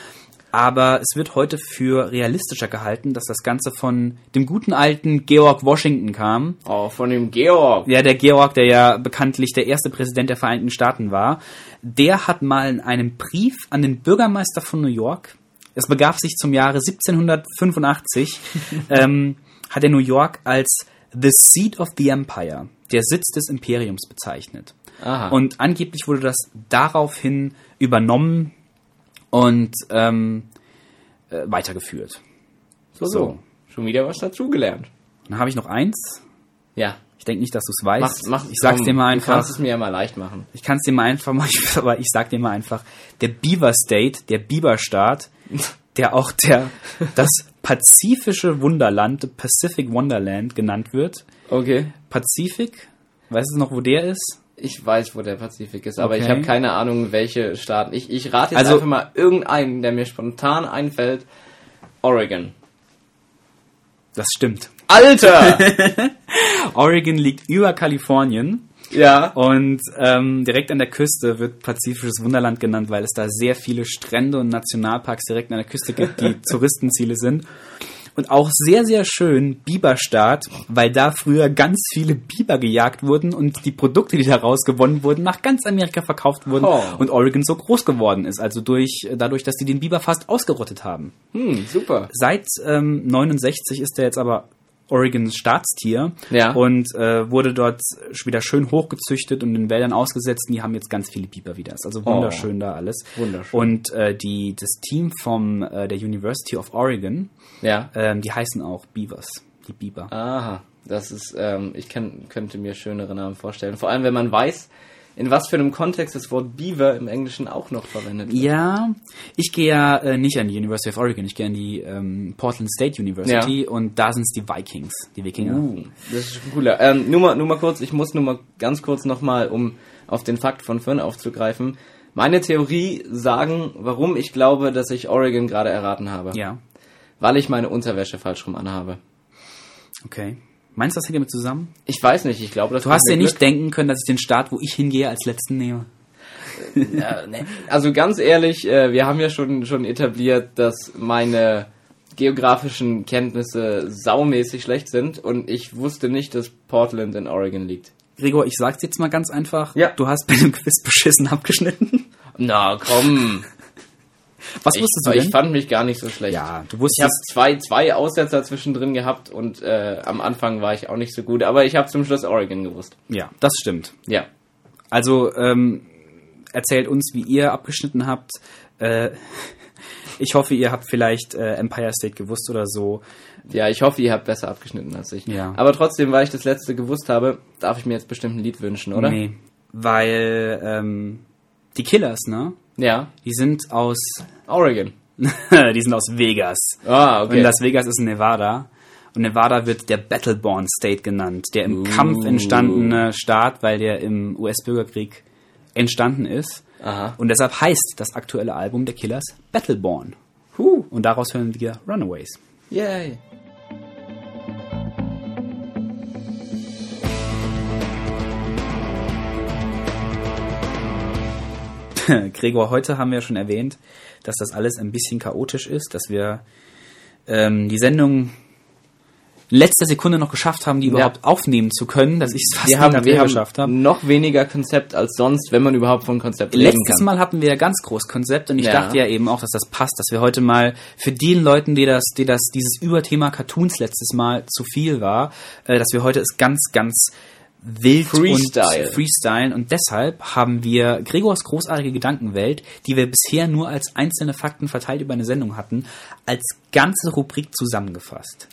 Aber es wird heute für realistischer gehalten, dass das Ganze von dem guten alten George Washington kam. Oh, von dem Georg. Ja, der Georg, der ja bekanntlich der erste Präsident der Vereinigten Staaten war. Der hat mal in einem Brief an den Bürgermeister von New York, es begab sich zum Jahre siebzehnhundertfünfundachtzig, ähm, hat er New York als The Seat of the Empire, der Sitz des Imperiums, bezeichnet. Aha. Und angeblich wurde das daraufhin übernommen und ähm, äh, weitergeführt. So, so. Schon wieder was dazugelernt. Dann habe ich noch eins. Ja. Ich denke nicht, dass du es weißt. Mach, mach, ich sag's komm, dir mal einfach. Du kannst es mir ja mal leicht machen. Ich kann es dir mal einfach machen, aber ich sag dir mal einfach. Der Beaver State, der Biberstaat, der auch der das pazifische Wunderland, the Pacific Wonderland genannt wird. Okay. Pazifik? Weißt du noch, wo der ist? Ich weiß, wo der Pazifik ist, aber Okay. ich habe keine Ahnung, welche Staaten. Ich, ich rate jetzt Also- einfach mal irgendeinen, der mir spontan einfällt. Oregon. Das stimmt. Alter! Oregon liegt über Kalifornien. Ja. Und ähm, direkt an der Küste wird Pazifisches Wunderland genannt, weil es da sehr viele Strände und Nationalparks direkt an der Küste gibt, die Touristenziele sind. Und auch sehr, sehr schön Biberstaat, weil da früher ganz viele Biber gejagt wurden und die Produkte, die daraus gewonnen wurden, nach ganz Amerika verkauft wurden Oh. und Oregon so groß geworden ist. Also durch dadurch, dass die den Biber fast ausgerottet haben. Hm, super. Seit ähm, neunundsechzig ist er jetzt aber Oregons Staatstier Ja. und äh, wurde dort wieder schön hochgezüchtet und in Wäldern ausgesetzt. Und die haben jetzt ganz viele Biber wieder. Ist also wunderschön da alles. Wunderschön. Und äh, die das Team vom äh, der University of Oregon, Ja. ähm, die heißen auch Beavers, die Biber. Aha. Das ist, ähm, ich kann, könnte mir schönere Namen vorstellen. Vor allem, wenn man weiß, in was für einem Kontext das Wort Beaver im Englischen auch noch verwendet wird. Ja, ich gehe ja äh, nicht an die University of Oregon, ich gehe an die ähm, Portland State University und da sind es die Vikings, die Wikinger. Uh, das ist schon cooler. Ähm, nur mal, nur mal kurz, ich muss nur mal ganz kurz nochmal, um auf den Fakt von vorhin aufzugreifen, meine Theorie sagen, warum ich glaube, dass ich Oregon gerade erraten habe. Ja, Weil ich meine Unterwäsche falsch rum anhabe. okay. Meinst du, das hängt damit zusammen? Ich weiß nicht, ich glaube, das Du hast ja nicht denken können, dass ich den Staat, wo ich hingehe, als letzten nehme. Ja, nee. Also ganz ehrlich, äh, wir haben ja schon, schon etabliert, dass meine geografischen Kenntnisse saumäßig schlecht sind und ich wusste nicht, dass Portland in Oregon liegt. Gregor, ich sag's jetzt mal ganz einfach. Ja. Du hast bei dem Quiz beschissen abgeschnitten. Na komm, Was ich, wusstest du ich denn? fand mich gar nicht so schlecht. Ja, du Ich habe wusstest... zwei, zwei Aussetzer zwischendrin gehabt und äh, am Anfang war ich auch nicht so gut, aber ich habe zum Schluss Oregon gewusst. Ja, das stimmt. Ja. Also, ähm, erzählt uns, wie ihr abgeschnitten habt. Äh, ich hoffe, ihr habt vielleicht äh, Empire State gewusst oder so. Ja, ich hoffe, ihr habt besser abgeschnitten als ich. Ja. Aber trotzdem, weil ich das letzte gewusst habe, darf ich mir jetzt bestimmt ein Lied wünschen, oder? Nee, weil ähm, die Killers, ne? Ja. Die sind aus... Oregon. die sind aus Vegas. Ah, okay. Und Las Vegas ist in Nevada. Und Nevada wird der Battleborn State genannt. Der im Uh. Kampf entstandene Staat, weil der im U S-Bürgerkrieg entstanden ist. Aha. Und deshalb heißt das aktuelle Album der Killers Battleborn. Huh. Und daraus hören wir Runaways. Yay. Gregor, heute haben wir schon erwähnt, dass das alles ein bisschen chaotisch ist, dass wir ähm, die Sendung in letzter Sekunde noch geschafft haben, die Ja. überhaupt aufnehmen zu können, dass ich es fast Wir nicht haben, mehr wir geschafft habe. haben noch weniger Konzept als sonst, wenn man überhaupt von Konzept reden Letztes kann. Mal hatten wir ja ganz groß Konzept und ich Ja. dachte ja eben auch, dass das passt, dass wir heute mal für die Leuten, die das, die das, dieses Überthema Cartoons letztes Mal zu viel war, äh, dass wir heute es ganz, ganz wild Freestyle. und freestylen und deshalb haben wir Gregors großartige Gedankenwelt, die wir bisher nur als einzelne Fakten verteilt über eine Sendung hatten, als ganze Rubrik zusammengefasst.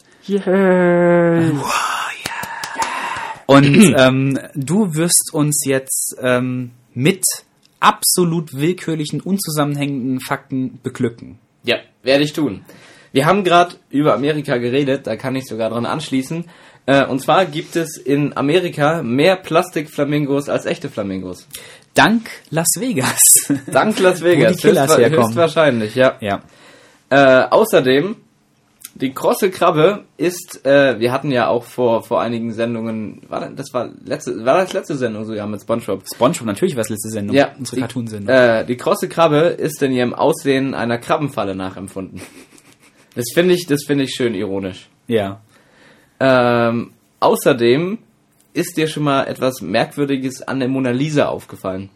Und ähm, du wirst uns jetzt ähm, mit absolut willkürlichen, unzusammenhängenden Fakten beglücken. Ja, werde ich tun. Wir haben gerade über Amerika geredet, da kann ich sogar dran anschließen. Äh, und zwar gibt es in Amerika mehr Plastikflamingos als echte Flamingos. Dank Las Vegas. Dank Las Vegas. Wo die Killers Höchstwa- herkommen. Höchstwahrscheinlich, ja. Ja. Äh, außerdem Die krosse Krabbe ist, äh, wir hatten ja auch vor vor einigen Sendungen, war das, das war letzte, war das letzte Sendung so, ja, mit SpongeBob. SpongeBob, natürlich war es letzte Sendung, ja, unsere Cartoon-Sendung. Äh, die krosse Krabbe ist in ihrem Aussehen einer Krabbenfalle nachempfunden. Das finde ich, das finde ich schön ironisch. Ja. Ähm, außerdem ist dir schon mal etwas Merkwürdiges an der Mona Lisa aufgefallen?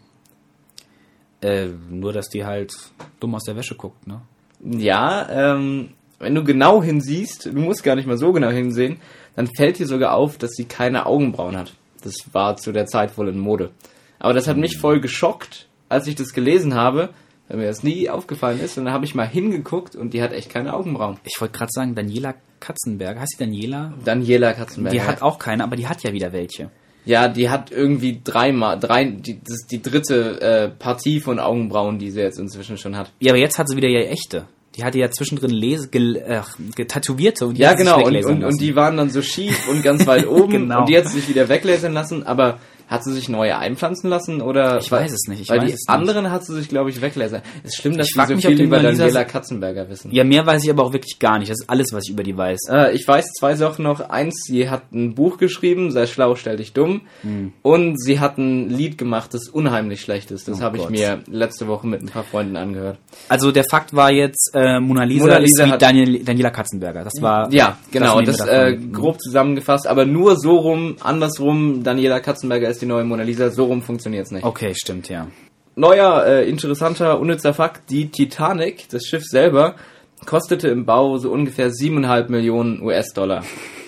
Äh, nur, dass die halt dumm aus der Wäsche guckt, ne? Ja, ähm, wenn du genau hinsiehst, du musst gar nicht mal so genau hinsehen, dann fällt dir sogar auf, dass sie keine Augenbrauen hat. Das war zu der Zeit wohl in Mode. Aber das hat mich voll geschockt, als ich das gelesen habe, weil mir das nie aufgefallen ist. Und dann habe ich mal hingeguckt und die hat echt keine Augenbrauen. Ich wollte gerade sagen, Daniela Katzenberger, heißt die Daniela? Daniela Katzenberger. Die hat auch keine, aber die hat ja wieder welche. Ja, die hat irgendwie dreimal, drei, die, das ist die dritte äh, Partie von Augenbrauen, die sie jetzt inzwischen schon hat. Ja, aber jetzt hat sie wieder ihre echte. Die hatte ja zwischendrin Lese, gel, äh, getätowierte und die ja, hat genau, sich und, weglasern und, lassen. und die waren dann so schief und ganz weit oben Genau. und die hat sich wieder weglasern lassen, aber hat sie sich neue einpflanzen lassen oder? Ich weiß es nicht. Ich weil weiß die es nicht. anderen hat sie sich, glaube ich, weglasern. Es ist schlimm, dass Ich wir frag so mich, ob viel die über Mona Lisa- Daniela Katzenberger wissen. Ja, mehr weiß ich aber auch wirklich gar nicht. Das ist alles, was ich über die weiß. Äh, ich weiß zwei Sachen noch. Eins, sie hat ein Buch geschrieben, Sei schlau, stell dich dumm. Hm. Und sie hat ein Lied gemacht, das unheimlich schlecht ist. Das Oh habe ich Gott. mir letzte Woche mit ein paar Freunden angehört. Also der Fakt war jetzt, äh, Mona Lisa, Mona Lisa ist wie hat- Daniel, Daniela Katzenberger. Das war... Ja, genau, nehmen wir das, davon. äh, grob zusammengefasst, aber nur so rum, andersrum, Daniela Katzenberger ist die neue Mona Lisa, so rum funktioniert's nicht. Okay, stimmt, ja. Neuer, äh, interessanter, unnützer Fakt, die Titanic, das Schiff selber, kostete im Bau so ungefähr siebeneinhalb Millionen U S-Dollar.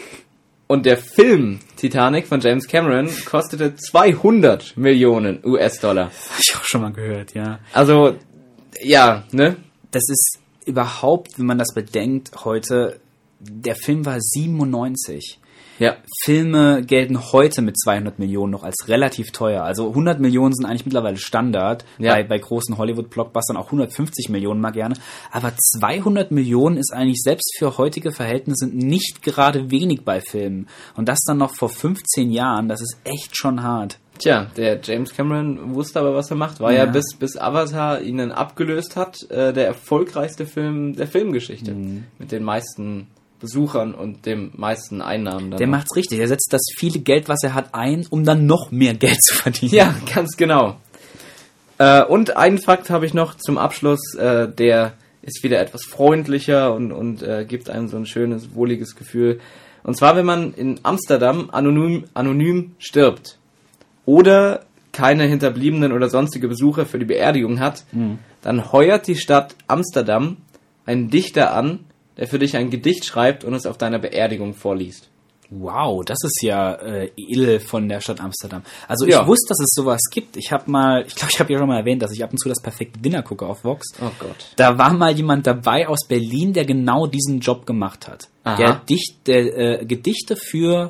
Und der Film Titanic von James Cameron kostete zweihundert Millionen U S-Dollar. Hab ich auch schon mal gehört, ja. Also, ja, ne? Das ist überhaupt, wenn man das bedenkt, heute, der Film war siebenundneunzig. Ja. Filme gelten heute mit zweihundert Millionen noch als relativ teuer. Also hundert Millionen sind eigentlich mittlerweile Standard. Ja. Bei, bei großen Hollywood-Blockbustern auch hundertfünfzig Millionen mal gerne. Aber zweihundert Millionen ist eigentlich selbst für heutige Verhältnisse nicht gerade wenig bei Filmen. Und das dann noch vor fünfzehn Jahren, das ist echt schon hart. Tja, der James Cameron wusste aber, was er macht. War ja, Ja. bis, bis Avatar ihn dann abgelöst hat, äh, der erfolgreichste Film der Filmgeschichte. Mhm. Mit den meisten Besuchern und dem meisten Einnahmen. Dann Der noch. macht's richtig. Er setzt das viele Geld, was er hat, ein, um dann noch mehr Geld zu verdienen. Ja, ganz genau. Äh, und einen Fakt habe ich noch zum Abschluss, äh, der ist wieder etwas freundlicher und, und äh, gibt einem so ein schönes, wohliges Gefühl. Und zwar, wenn man in Amsterdam anonym, anonym stirbt oder keine Hinterbliebenen oder sonstige Besucher für die Beerdigung hat, Mhm. dann heuert die Stadt Amsterdam einen Dichter an, der für dich ein Gedicht schreibt und es auf deiner Beerdigung vorliest. Wow, das ist ja äh, edel von der Stadt Amsterdam. Also Ja. ich wusste, dass es sowas gibt. Ich habe mal, ich glaube, ich habe ja schon mal erwähnt, dass ich ab und zu das perfekte Dinner gucke auf Vox. Oh Gott. Da war mal jemand dabei aus Berlin, der genau diesen Job gemacht hat. Aha. Der, Dicht, der äh, Gedichte für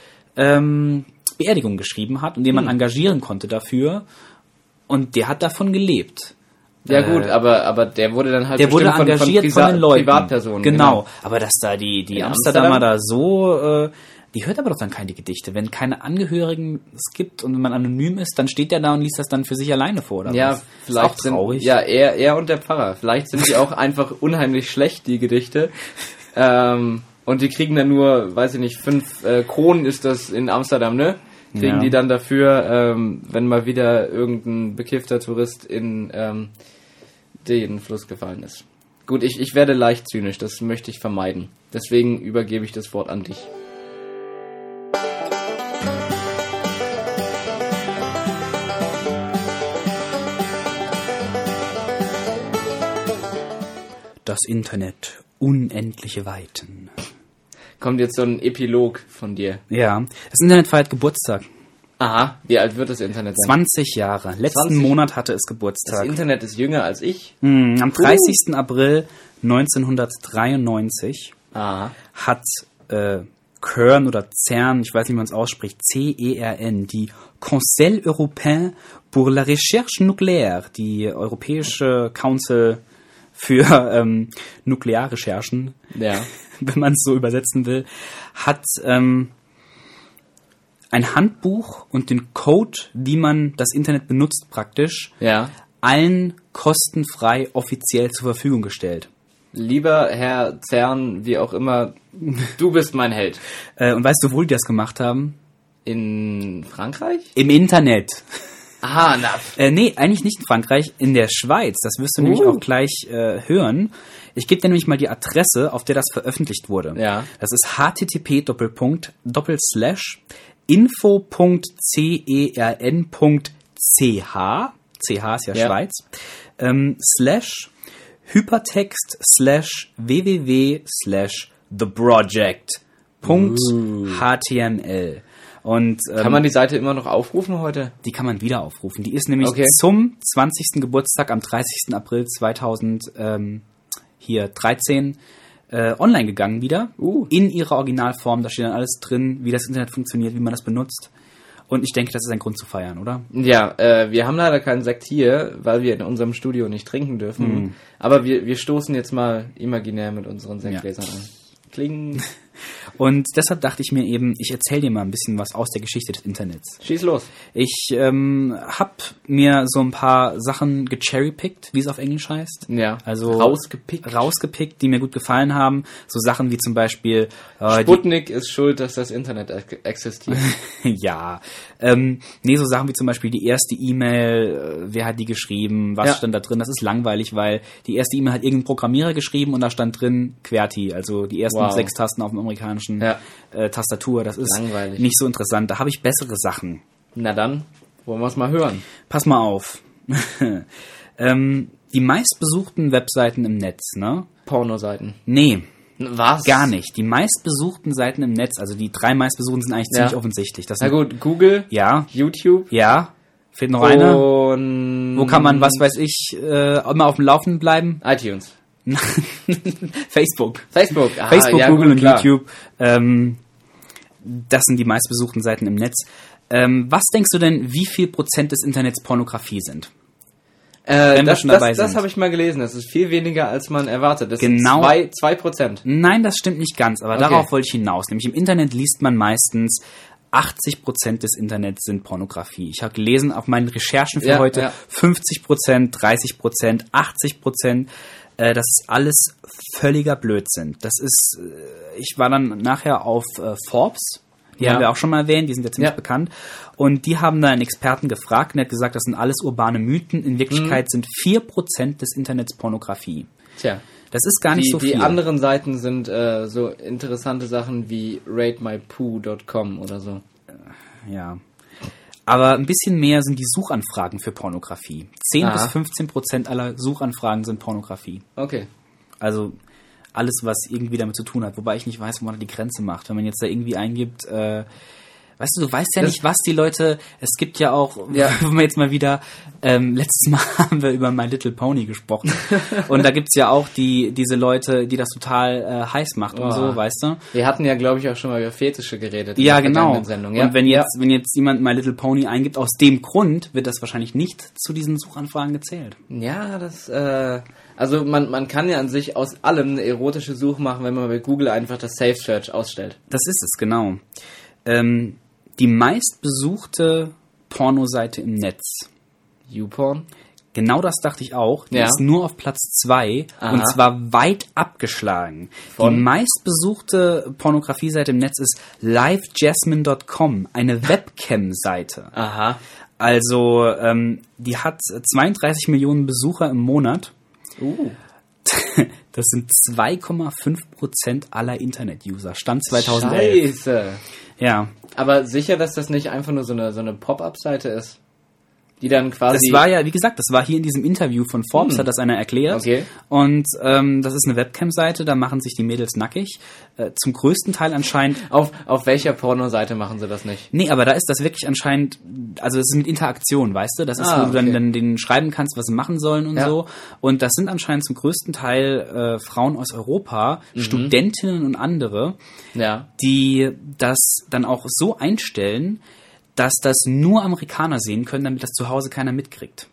ähm, Beerdigungen geschrieben hat und den man Hm. engagieren konnte dafür. Und der hat davon gelebt. Ja Äh, gut, aber, aber der wurde dann halt Der wurde bestimmt engagiert von, von, von, Prisa- den Leuten. Privatpersonen. Genau. Aber dass da die, die In Amsterdamer Amsterdam? da so, äh, die hört aber doch dann keine Gedichte. Wenn keine Angehörigen es gibt und wenn man anonym ist, dann steht der da und liest das dann für sich alleine vor, oder Ja, was? vielleicht ist auch sind, traurig. ja, er, er und der Pfarrer. Vielleicht sind die auch einfach unheimlich schlecht, die Gedichte. Ähm, und die kriegen dann nur, weiß ich nicht, fünf äh, Kronen ist das in Amsterdam, ne? Kriegen Ja. die dann dafür, ähm, wenn mal wieder irgendein bekiffter Tourist in ähm, den Fluss gefallen ist. Gut, ich, ich werde leicht zynisch, das möchte ich vermeiden. Deswegen übergebe ich das Wort an dich. Das Internet, unendliche Weiten. Kommt jetzt so ein Epilog von dir. Ja, das Internet feiert Geburtstag. Aha, wie alt wird das Internet sein? zwanzig Jahre. Letzten zwanzig Monat hatte es Das Geburtstag. Internet ist jünger als ich. Hm, am dreißigsten April neunzehnhundertdreiundneunzig Aha. hat äh, CERN oder CERN, ich weiß nicht, wie man es ausspricht, C E R N, die Conseil Européen pour la Recherche Nucléaire, die Europäische Council für ähm, Nuklearrecherchen, Ja. wenn man es so übersetzen will, hat ähm, ein Handbuch und den Code, wie man das Internet benutzt praktisch, Ja. allen kostenfrei offiziell zur Verfügung gestellt. Lieber Herr Zern, wie auch immer, du bist mein Held. Äh, und weißt du, wo die das gemacht haben? In Frankreich? Im Internet. Aha, na. Äh, nee, eigentlich nicht in Frankreich, in der Schweiz. Das wirst du uh. nämlich auch gleich äh, hören. Ich gebe dir nämlich mal die Adresse, auf der das veröffentlicht wurde. Ja. Das ist http doppelpunkt doppelslash info punkt cern punkt ch ch ist ja, ja. Schweiz ähm, slash hypertext slash www slash the project punkt html. Und, ähm, kann man die Seite immer noch aufrufen heute? Die kann man wieder aufrufen. Die ist nämlich okay. zum zwanzigsten Geburtstag am dreißigsten April zweitausend ähm, hier dreizehn äh, online gegangen wieder. Uh. In ihrer Originalform. Da steht dann alles drin, wie das Internet funktioniert, wie man das benutzt. Und ich denke, das ist ein Grund zu feiern, oder? Ja, äh, wir haben leider keinen Sekt hier, weil wir in unserem Studio nicht trinken dürfen. Mhm. Aber wir, wir stoßen jetzt mal imaginär mit unseren Sektgläsern ja. an. Kling. Und deshalb dachte ich mir eben, ich erzähle dir mal ein bisschen was aus der Geschichte des Internets. Schieß los. Ich ähm, habe mir so ein paar Sachen gecherrypickt, wie es auf Englisch heißt. Ja, also rausgepickt. Rausgepickt, die mir gut gefallen haben. So Sachen wie zum Beispiel... Äh, Sputnik ist schuld, dass das Internet existiert. ja. Ähm, nee, so Sachen wie zum Beispiel die erste E-Mail, wer hat die geschrieben, was ja. stand da drin. Das ist langweilig, weil die erste E-Mail hat irgendein Programmierer geschrieben und da stand drin QWERTY, also die ersten wow. sechs Tasten auf dem amerikanischen ja. äh, Tastatur. Das ist langweilig. Nicht so interessant. Da habe ich bessere Sachen. Na dann, wollen wir es mal hören. Pass mal auf. ähm, die meistbesuchten Webseiten im Netz, ne? Pornoseiten. Nee. Was? Gar nicht. Die meistbesuchten Seiten im Netz, also die drei meistbesuchten sind eigentlich ja. ziemlich offensichtlich. Das Na gut, Google, ja. YouTube. Ja. Fehlt noch und eine. Wo kann man, was weiß ich, äh, immer auf dem Laufenden bleiben? iTunes. Facebook. Facebook, ah, Facebook, ja, Google gut, und klar. YouTube. Ähm, das sind die meistbesuchten Seiten im Netz. Ähm, was denkst du denn, wie viel Prozent des Internets Pornografie sind? Äh, Wenn das, wir schon dabei das, sind. Das habe ich mal gelesen. Das ist viel weniger, als man erwartet. Das genau. sind zwei, zwei Prozent. Nein, das stimmt nicht ganz. Aber okay. darauf wollte ich hinaus. Nämlich im Internet liest man meistens achtzig Prozent des Internets sind Pornografie. Ich habe gelesen auf meinen Recherchen für ja, heute ja. fünfzig Prozent, dreißig Prozent, achtzig Prozent. Äh, das ist alles völliger Blödsinn. Das ist, äh, ich war dann nachher auf äh, Forbes. Die ja. haben wir auch schon mal erwähnt, die sind ja ziemlich ja. bekannt. Und die haben da einen Experten gefragt und der hat gesagt, das sind alles urbane Mythen. In Wirklichkeit mhm. sind vier Prozent des Internets Pornografie. Tja. Das ist gar nicht die, so viel. Die anderen Seiten sind äh, so interessante Sachen wie rate my poo dot com oder so. Ja. Aber ein bisschen mehr sind die Suchanfragen für Pornografie. zehn bis fünfzehn Prozent aller Suchanfragen sind Pornografie. Okay. Also alles, was irgendwie damit zu tun hat. Wobei ich nicht weiß, wo man die Grenze macht. Wenn man jetzt da irgendwie eingibt, äh, weißt du, du weißt ja das nicht, was die Leute, es gibt ja auch, ja. wenn wir jetzt mal wieder, ähm, letztes Mal haben wir über My Little Pony gesprochen. Und da gibt's ja auch die diese Leute, die das total äh, heiß macht oh. und so, weißt du? Wir hatten ja, glaube ich, auch schon mal über Fetische geredet. Ja, genau. Sendung. Ja. Und wenn jetzt, ja. wenn jetzt jemand My Little Pony eingibt, aus dem Grund wird das wahrscheinlich nicht zu diesen Suchanfragen gezählt. Ja, das, äh, also man, man kann ja an sich aus allem eine erotische Suche machen, wenn man bei Google einfach das Safe Search ausstellt. Das ist es, genau. Ähm, die meistbesuchte Pornoseite im Netz. YouPorn? Genau das dachte ich auch. Die ja. ist nur auf Platz zwei und zwar weit abgeschlagen. Von? Die meistbesuchte Pornografie-Seite im Netz ist live jasmine dot com, eine Webcam-Seite. Aha. Also, ähm, die hat zweiunddreißig Millionen Besucher im Monat. Uh. Das sind zwei Komma fünf Prozent aller Internet-User. Stand zweitausendelf. Scheiße. Ja. Aber sicher, dass das nicht einfach nur so eine, so eine Pop-Up-Seite ist? Die dann quasi... Das war ja, wie gesagt, das war hier in diesem Interview von Forbes, hm. hat das einer erklärt. Okay. Und ähm, das ist eine Webcam-Seite, da machen sich die Mädels nackig. Äh, zum größten Teil anscheinend... Auf, auf welcher Pornoseite machen sie das nicht? Nee, aber da ist das wirklich anscheinend... Also das ist mit Interaktion, weißt du? Das ist, ah, wo du okay. dann, dann denen schreiben kannst, was sie machen sollen und ja. so. Und das sind anscheinend zum größten Teil äh, Frauen aus Europa, mhm. Studentinnen und andere, ja. die das dann auch so einstellen, dass das nur Amerikaner sehen können, damit das zu Hause keiner mitkriegt.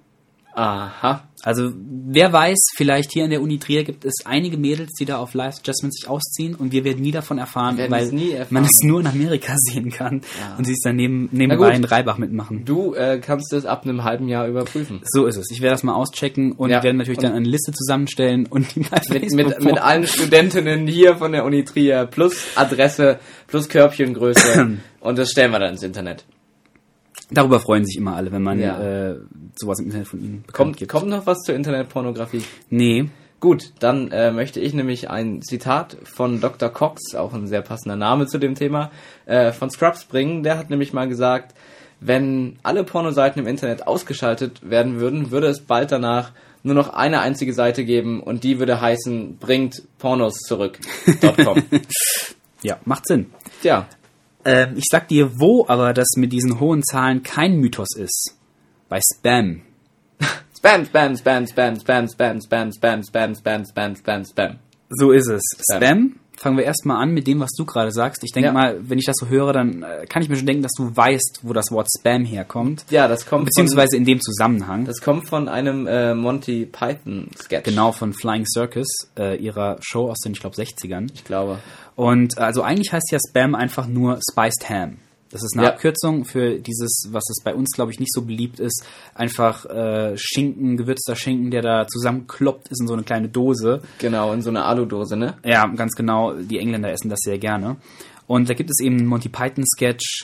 Aha. Also, wer weiß, vielleicht hier in der Uni Trier gibt es einige Mädels, die da auf Live Adjustment sich ausziehen und wir werden nie davon erfahren, weil nie erfahren. man es nur in Amerika sehen kann Ja. und sie es dann neben, nebenbei in Reibach mitmachen. Du äh, kannst es ab einem halben Jahr überprüfen. So ist es. Ich werde das mal auschecken und Ja. werde natürlich Und dann eine Liste zusammenstellen und die mal Mit, mit, mit allen Studentinnen hier von der Uni Trier plus Adresse plus Körbchengröße und das stellen wir dann ins Internet. Darüber freuen sich immer alle, wenn man Ja. äh, sowas im Internet von ihnen bekannt Kommt, gibt. kommt noch was zur Internetpornografie? Nee. Gut, dann äh, möchte ich nämlich ein Zitat von Doktor Cox, auch ein sehr passender Name zu dem Thema, äh, von Scrubs bringen. Der hat nämlich mal gesagt, wenn alle Pornoseiten im Internet ausgeschaltet werden würden, würde es bald danach nur noch eine einzige Seite geben und die würde heißen, bringt Pornos zurück. .com. Ja, macht Sinn. Ja, Ähm, ich sag dir, wo aber das mit diesen hohen Zahlen kein Mythos ist. Bei Spam. Spam, Spam, Spam, Spam, Spam, Spam, Spam, Spam, Spam, Spam, Spam, Spam, Spam. So ist es. Spam. Spam, fangen wir erstmal an mit dem, was du gerade sagst. Ich denke Ja. mal, wenn ich das so höre, dann äh, kann ich mir schon denken, dass du weißt, wo das Wort Spam herkommt. Ja, das kommt Beziehungsweise in dem Zusammenhang. von, das kommt von einem äh, Monty Python Sketch. Genau, von Flying Circus, äh, ihrer Show aus den, ich glaube, sechzigern. Ich glaube. Und äh, also eigentlich heißt ja Spam einfach nur Spiced Ham. Das ist eine Ja. Abkürzung für dieses, was es bei uns, glaube ich, nicht so beliebt ist. Einfach äh, Schinken, gewürzter Schinken, der da zusammenkloppt ist in so eine kleine Dose. Genau, in so einer Aludose, ne? Ja, ganz genau. Die Engländer essen das sehr gerne. Und da gibt es eben einen Monty Python Sketch,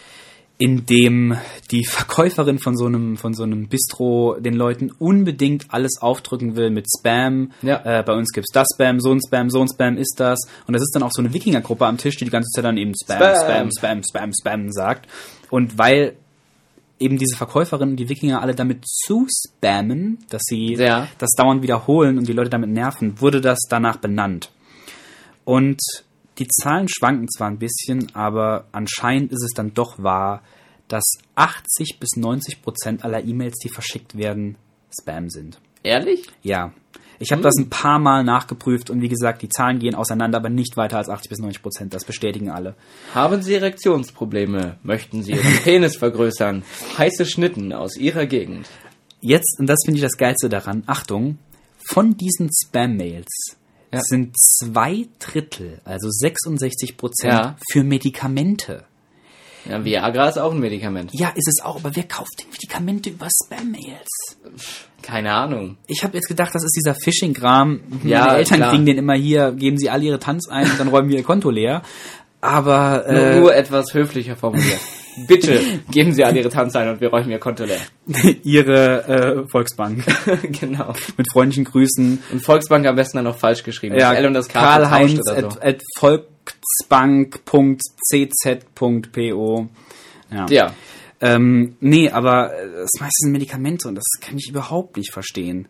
in dem die Verkäuferin von so einem von so einem Bistro den Leuten unbedingt alles aufdrücken will mit Spam. Ja. Äh, bei uns gibt's das Spam, so ein Spam, so ein Spam ist das. Und das ist dann auch so eine Wikingergruppe am Tisch, die die ganze Zeit dann eben Spam, Spam. Spam, Spam, Spam, Spam sagt. Und weil eben diese Verkäuferin und die Wikinger alle damit zu spammen, dass sie Ja. das dauernd wiederholen und die Leute damit nerven, wurde das danach benannt. Und die Zahlen schwanken zwar ein bisschen, aber anscheinend ist es dann doch wahr, dass achtzig bis neunzig Prozent aller E-Mails, die verschickt werden, Spam sind. Ehrlich? Ja. Ich habe das ein paar Mal nachgeprüft und wie gesagt, die Zahlen gehen auseinander, aber nicht weiter als achtzig bis neunzig Prozent. Das bestätigen alle. Haben Sie Erektionsprobleme? Möchten Sie Ihren Penis vergrößern? Heiße Schnitten aus Ihrer Gegend. Jetzt, und das finde ich das Geilste daran, Achtung, von diesen Spam-Mails Ja. sind zwei Drittel, also sechsundsechzig Prozent, Ja. für Medikamente. Ja, Viagra ist auch ein Medikament. Ja, ist es auch, aber wer kauft denn Medikamente über Spam-Mails? Keine Ahnung. Ich habe jetzt gedacht, das ist dieser Phishing-Kram. Ja, Meine Eltern klar. kriegen den immer hier, geben sie alle ihre Tanz ein und dann räumen wir ihr Konto leer. Aber Nur, äh, nur etwas höflicher formuliert. Bitte geben Sie alle Ihre Tanz ein und wir räumen Ihr Konto leer. ihre äh, Volksbank. Genau. Mit freundlichen Grüßen. Und Volksbank am besten dann noch falsch geschrieben. Ja, Das L und das K Karl-Heinz vertauscht oder so. at, at volksbank punkt c z punkt p o. Ja. Ja. Ähm, nee, aber äh, das meiste sind Medikamente und das kann ich überhaupt nicht verstehen.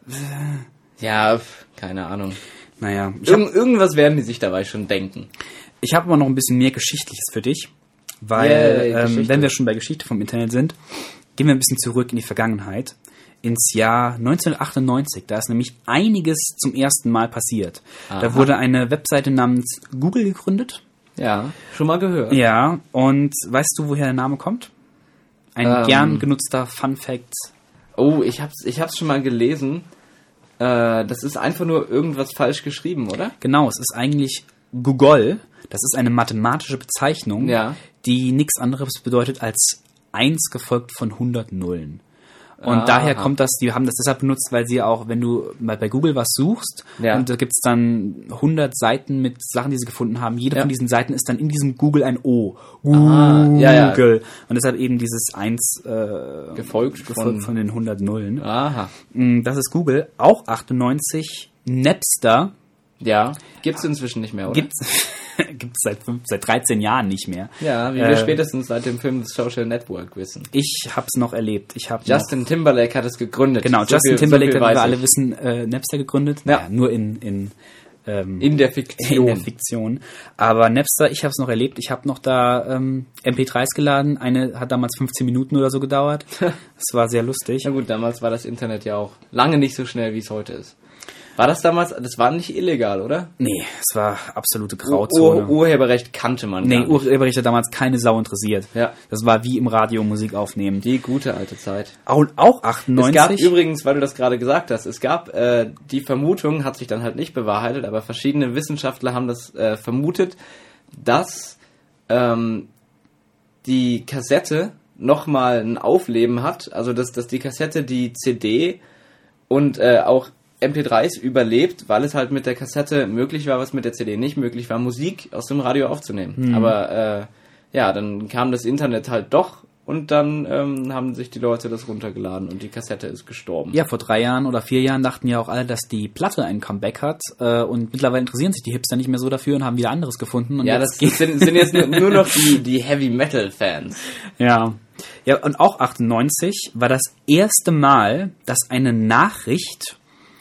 Ja, pf, keine Ahnung. Naja, ich habe Irgend, irgendwas werden die sich dabei schon denken. ich hab aber noch ein bisschen mehr Geschichtliches für dich, weil Yay, ähm, Geschichte. wenn wir schon bei Geschichte vom Internet sind, gehen wir ein bisschen zurück in die Vergangenheit, ins Jahr neunzehnhundertachtundneunzig. Da ist nämlich einiges zum ersten Mal passiert. Aha. Da wurde eine Webseite namens Google gegründet. Ja, schon mal gehört. Ja, und weißt du, woher der Name kommt? Ein Ähm. gern genutzter Fun-Fact. Oh, ich hab's, ich hab's schon mal gelesen. Äh, das ist einfach nur irgendwas falsch geschrieben, oder? Genau, es ist eigentlich Google. Das ist eine mathematische Bezeichnung, Ja. die nichts anderes bedeutet als eins gefolgt von hundert Nullen. Und Aha. daher kommt das, die haben das deshalb benutzt, weil sie auch, wenn du mal bei Google was suchst, Ja. und da gibt's dann hundert Seiten mit Sachen, die sie gefunden haben, jede Ja. von diesen Seiten ist dann in diesem Google ein O. Google. Ah, ja, ja. Und deshalb eben dieses eins äh, Gefolgt gefolgt von- von den hundert Nullen. Aha. Mm, Das ist Google. Auch achtundneunzig. Napster Ja, gibt's inzwischen nicht mehr, oder? gibt's gibt's seit fünf, seit dreizehn Jahren nicht mehr. Ja, wie Äh, wir spätestens seit dem Film Social Network wissen. Ich hab's noch erlebt. Ich hab Justin noch, Timberlake hat es gegründet. genau, So Justin viel- Timberlake so viel hat, wie wir weiß alle ich. wissen, äh, Napster gegründet. Ja. Naja, nur in in ähm, In der in Fiktion. der Fiktion. Aber Napster, ich hab's noch erlebt. Ich habe noch da ähm, M P dreis geladen. Eine hat damals fünfzehn Minuten oder so gedauert. Das war sehr lustig. Na gut, damals war das Internet ja auch lange nicht so schnell, wie es heute ist. War das damals, das war nicht illegal, oder? Nee, es war absolute Grauzone. Ur- Urheberrecht kannte man Nee, gar nicht. Urheberrecht hat damals keine Sau interessiert. Ja. Das war wie im Radio Musik aufnehmen. Die gute alte Zeit. Und auch achtundneunzig. Es gab übrigens, weil du das gerade gesagt hast, es gab äh, die Vermutung, hat sich dann halt nicht bewahrheitet, aber verschiedene Wissenschaftler haben das äh, vermutet, dass ähm, die Kassette nochmal ein Aufleben hat, also dass, dass die Kassette die C D und äh, auch M P dreis überlebt, weil es halt mit der Kassette möglich war, was mit der C D nicht möglich war, Musik aus dem Radio aufzunehmen. Hm. Aber äh, ja, dann kam das Internet halt doch und dann ähm, haben sich die Leute das runtergeladen und die Kassette ist gestorben. Ja, vor drei Jahren oder vier Jahren dachten ja auch alle, dass die Platte ein Comeback hat äh, und mittlerweile interessieren sich die Hipster nicht mehr so dafür und haben wieder anderes gefunden. Und Ja, jetzt das sind, sind jetzt nur, nur noch die, die Heavy-Metal-Fans. Ja. Ja, und auch achtundneunzig war das erste Mal, dass eine Nachricht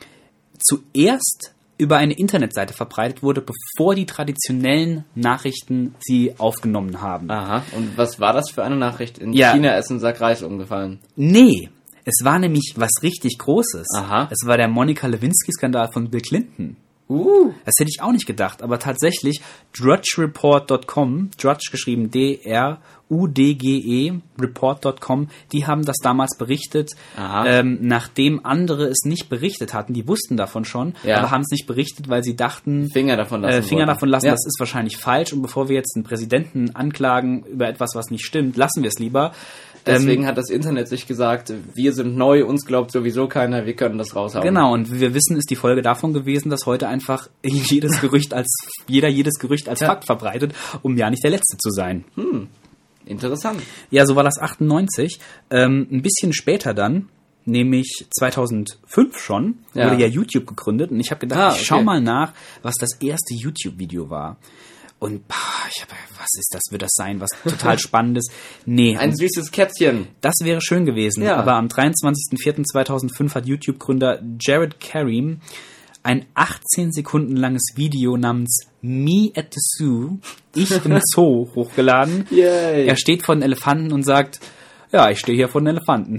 zuerst über eine Internetseite verbreitet wurde, bevor die traditionellen Nachrichten sie aufgenommen haben. Aha, und was war das für eine Nachricht? In Ja. China ist ein Sack Reis umgefallen. Nee, es war nämlich was richtig Großes. Aha. Es war der Monica Lewinsky-Skandal von Bill Clinton. Uh. Das hätte ich auch nicht gedacht, aber tatsächlich drudge report dot com, Drudge geschrieben D R U D G E, report dot com, die haben das damals berichtet, ähm, nachdem andere es nicht berichtet hatten. Die wussten davon schon, Ja. aber haben es nicht berichtet, weil sie dachten, Finger davon lassen. äh, Finger wollten. davon lassen, Ja. das ist wahrscheinlich falsch und bevor wir jetzt einen Präsidenten anklagen über etwas, was nicht stimmt, lassen wir es lieber. Deswegen Ähm, hat das Internet sich gesagt, wir sind neu, uns glaubt sowieso keiner, wir können das raushauen. Genau, und wie wir wissen, ist die Folge davon gewesen, dass heute einfach jedes Gerücht als, jeder jedes Gerücht als Ja. Fakt verbreitet, um ja nicht der Letzte zu sein. Interessant. Ja, so war das achtundneunzig. Ähm, ein bisschen später dann, nämlich zweitausendfünf schon, Ja. wurde ja YouTube gegründet und ich habe gedacht, Ah, ich schau okay. mal nach, was das erste YouTube-Video war. Und bah, ich hab, was ist das, wird das sein, was total Spannendes? Nee, Ein süßes Kätzchen. das wäre schön gewesen, Ja. aber am dreiundzwanzigsten vierten zweitausendfünf hat YouTube-Gründer Jared Karim ein achtzehn Sekunden langes Video namens Me at the Zoo, ich im Zoo, hochgeladen. Yay. Er steht vor den Elefanten und sagt, ja, ich stehe hier vor den Elefanten.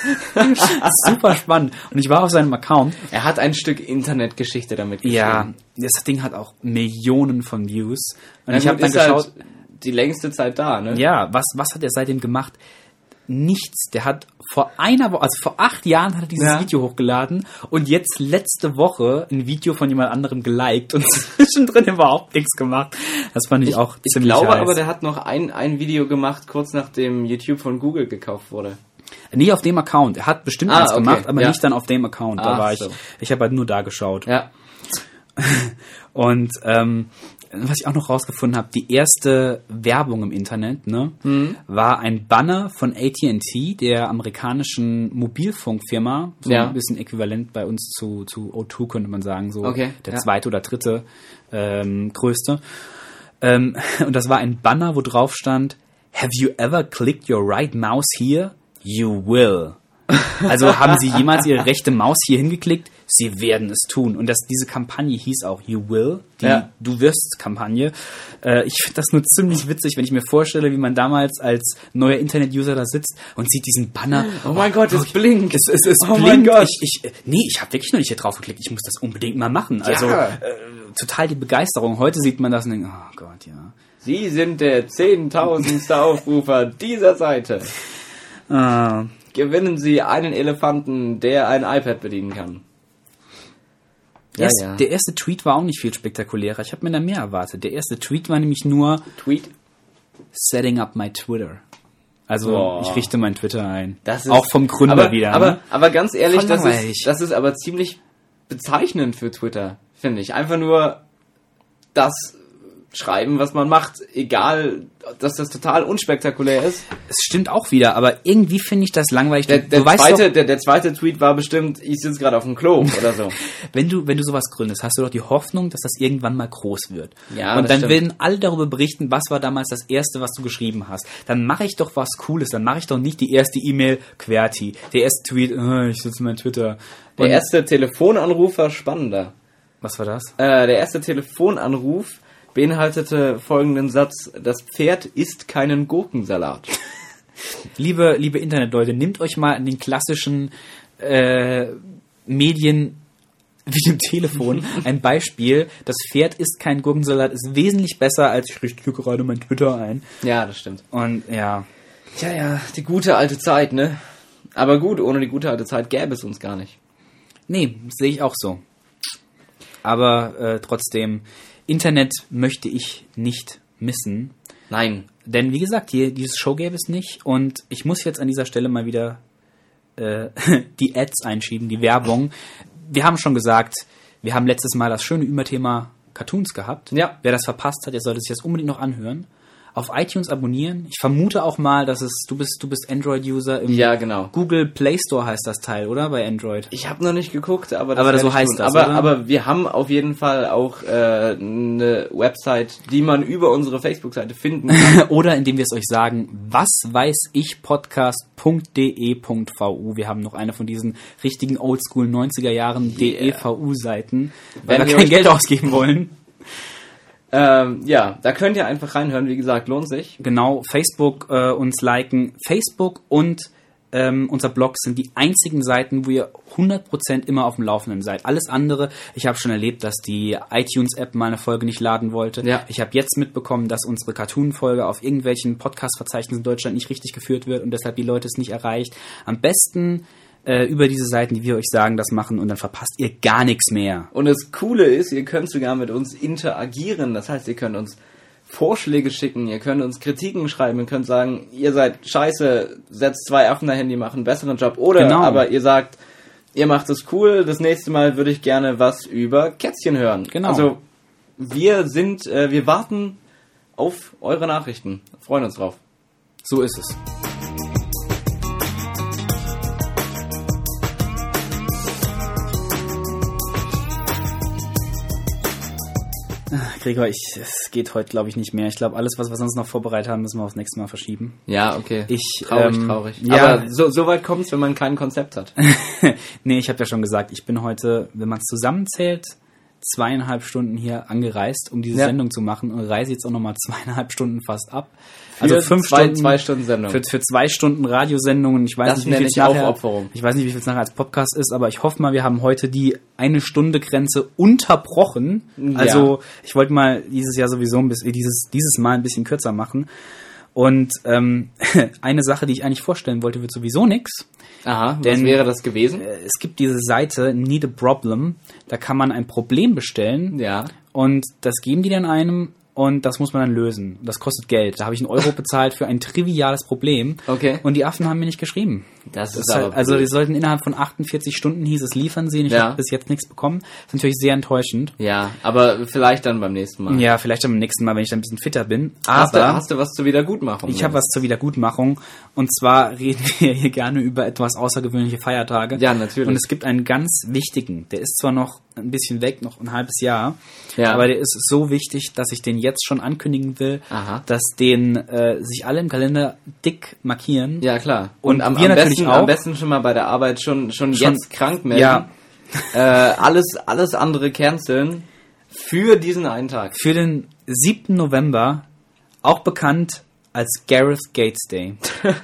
Super spannend. Und ich war auf seinem Account. Er hat ein Stück Internetgeschichte damit geschrieben. Ja, das Ding hat auch Millionen von Views. Und Na ich gut, habe dann ist geschaut, halt die längste Zeit da, ne? ja, was, was hat er seitdem gemacht? Nichts. Der hat vor einer Woche, also vor acht Jahren hat er dieses Ja. Video hochgeladen und jetzt letzte Woche ein Video von jemand anderem geliked und zwischendrin überhaupt nichts gemacht. Das fand ich, Ich, auch ich ziemlich glaube heiß. aber, der hat noch ein, ein Video gemacht, kurz nachdem YouTube von Google gekauft wurde. Nee, auf dem Account. Er hat bestimmt Ah, eins okay. gemacht, aber Ja. nicht dann auf dem Account. Da Ach war ich, so. ich habe halt nur da geschaut. Ja. Und ähm, was ich auch noch rausgefunden habe, die erste Werbung im Internet, ne, Mhm. war ein Banner von A T and T, der amerikanischen Mobilfunkfirma, so Ja. ein bisschen äquivalent bei uns zu, zu O zwei, könnte man sagen, so Okay, der ja. zweite oder dritte ähm, größte. Ähm, und das war ein Banner, wo drauf stand, Have you ever clicked your right mouse here? You will. Also haben Sie jemals Ihre rechte Maus hier hingeklickt? Sie werden es tun. Und das, diese Kampagne hieß auch You Will, die Ja. Du wirst Kampagne. Äh, ich finde das nur ziemlich witzig, wenn ich mir vorstelle, wie man damals als neuer Internet-User da sitzt und sieht diesen Banner. Oh mein Gott, es blinkt. Es, es, es Oh mein blinkt. Gott. Ich, ich, nee, ich habe wirklich noch nicht hier drauf geklickt. Ich muss das unbedingt mal machen. Also Ja. äh, total die Begeisterung. Heute sieht man das und denkt, oh Gott, ja. Sie sind der zehntausendste Aufrufer dieser Seite. Äh, Gewinnen Sie einen Elefanten, der ein iPad bedienen kann. Ja, erst, ja. Der erste Tweet war auch nicht viel spektakulärer. Ich habe mir da mehr erwartet. Der erste Tweet war nämlich nur Tweet. Setting up my Twitter. Also Boah. ich richte mein Twitter ein. Das ist, auch vom Gründer aber, wieder. Aber, ne? aber ganz ehrlich, Voll das langweilig. ist, das ist aber ziemlich bezeichnend für Twitter, finde ich. Einfach nur das schreiben, was man macht, egal, dass das total unspektakulär ist. Es stimmt auch wieder, aber irgendwie finde ich das langweilig. Der, Du- der, du weißt zweite, doch, der, der zweite Tweet war bestimmt, ich sitze gerade auf dem Klo oder so. wenn du, wenn du sowas gründest, hast du doch die Hoffnung, dass das irgendwann mal groß wird. Ja, und das dann stimmt. werden alle darüber berichten, was war damals das erste, was du geschrieben hast. Dann mache ich doch was Cooles. Dann mache ich doch nicht die erste E-Mail QWERTY, der erste Tweet, äh, ich sitze in meinem Twitter. Der Und- erste Telefonanruf war spannender. was war das? Äh, der erste Telefonanruf beinhaltete folgenden Satz: Das Pferd isst keinen Gurkensalat. Liebe, liebe Internetleute, nehmt euch mal an den klassischen äh, Medien wie dem Telefon ein Beispiel. Das Pferd isst kein Gurkensalat, ist wesentlich besser, als ich richte hier gerade mein Twitter ein. Ja, das stimmt. Und ja. Tja, ja, die gute alte Zeit, ne? Aber gut, ohne die gute alte Zeit gäbe es uns gar nicht. Nee, sehe ich auch so. Aber äh, trotzdem, Internet möchte ich nicht missen. Nein. Denn wie gesagt, hier dieses Show gäbe es nicht. Und ich muss jetzt an dieser Stelle mal wieder äh, die Ads einschieben, die Werbung. Wir haben schon gesagt, wir haben letztes Mal das schöne Überthema Cartoons gehabt. Ja. Wer das verpasst hat, der sollte sich das unbedingt noch anhören. Auf iTunes abonnieren. Ich vermute auch mal, dass es, du bist, du bist Android-User im Ja, genau. Google Play Store heißt das Teil, oder? Bei Android. Ich habe noch nicht geguckt, aber das, aber das so werde ich heißt tun. das, aber, oder? aber wir haben auf jeden Fall auch äh, eine Website, die man über unsere Facebook-Seite finden kann. Oder indem wir es euch sagen, was weiß ich podcast punkt de punkt vu. Wir haben noch eine von diesen richtigen Oldschool neunziger Jahren Yeah. D E V U-Seiten, weil Wenn wir ihr kein euch- Geld ausgeben wollen. ähm, ja, da könnt ihr einfach reinhören. Wie gesagt, lohnt sich. Genau, Facebook äh, uns liken. Facebook und ähm, unser Blog sind die einzigen Seiten, wo ihr hundert Prozent immer auf dem Laufenden seid. Alles andere, ich habe schon erlebt, dass die iTunes-App mal eine Folge nicht laden wollte. Ja. Ich habe jetzt mitbekommen, dass unsere Cartoon-Folge auf irgendwelchen Podcast-Verzeichnissen in Deutschland nicht richtig geführt wird und deshalb die Leute es nicht erreicht. Am besten äh, über diese Seiten, die wir euch sagen, das machen und dann verpasst ihr gar nichts mehr. Und das Coole ist, ihr könnt sogar mit uns interagieren. Das heißt, ihr könnt uns Vorschläge schicken, ihr könnt uns Kritiken schreiben, ihr könnt sagen, ihr seid scheiße, setzt zwei Affen dahin, die machen einen besseren Job. Oder Genau. aber ihr sagt, ihr macht es cool, das nächste Mal würde ich gerne was über Kätzchen hören. Genau. Also wir sind, äh, wir warten auf eure Nachrichten. Freuen uns drauf. So ist es. Gregor, ich, es geht heute, glaube ich, nicht mehr. Ich glaube, alles, was wir sonst noch vorbereitet haben, müssen wir aufs nächste Mal verschieben. Ja, okay. Ich, traurig, ähm, traurig. ja. Aber so, so weit kommt's, wenn man kein Konzept hat. Nee, ich habe ja schon gesagt, ich bin heute, wenn man es zusammenzählt, zweieinhalb Stunden hier angereist, um diese Ja. Sendung zu machen und reise jetzt auch nochmal zweieinhalb Stunden fast ab. Für Also fünf zwei, Stunden, zwei Stunden Sendung. Für, für zwei Stunden Radiosendungen. Ich weiß Das nicht, wie nenne viel ich nachher, Aufopferung. ich weiß nicht, wie viel es nachher als Podcast ist, aber ich hoffe mal, wir haben heute die eine Stunde Grenze unterbrochen. Ja. Also ich wollte mal dieses Jahr sowieso ein bisschen, dieses dieses Mal ein bisschen kürzer machen. Und ähm, eine Sache, die ich eigentlich vorstellen wollte, wird sowieso nix. Aha, Denn- was wäre das gewesen? Es gibt diese Seite Need a Problem, da kann man ein Problem bestellen Ja. und das geben die dann einem und das muss man dann lösen. Das kostet Geld. Da habe ich einen Euro bezahlt für ein triviales Problem. Okay. Und die Affen haben mir nicht geschrieben. Das Das ist ist halt, aber also blöd. die sollten innerhalb von achtundvierzig Stunden, hieß es, liefern sie. Und ich Ja. habe bis jetzt nichts bekommen. Das ist natürlich sehr enttäuschend. Ja, aber vielleicht dann beim nächsten Mal. Ja, vielleicht beim nächsten Mal, wenn ich dann ein bisschen fitter bin. Hast, du, Aber hast du was zur Wiedergutmachung? ich habe was zur Wiedergutmachung. Und zwar reden wir hier gerne über etwas außergewöhnliche Feiertage. Ja, natürlich. Und es gibt einen ganz wichtigen. Der ist zwar noch ein bisschen weg, noch ein halbes Jahr. Ja. Aber der ist so wichtig, dass ich den jetzt schon ankündigen will, Aha. dass den äh, sich alle im Kalender dick markieren. Ja, klar. Und Und, am, wir am, natürlich besten, auch. am besten schon mal bei der Arbeit schon, schon, Schon- jetzt krank melden. Ja. Äh, alles, alles andere canceln für diesen einen Tag. Für den siebten November, auch bekannt als Gareth Gates Day.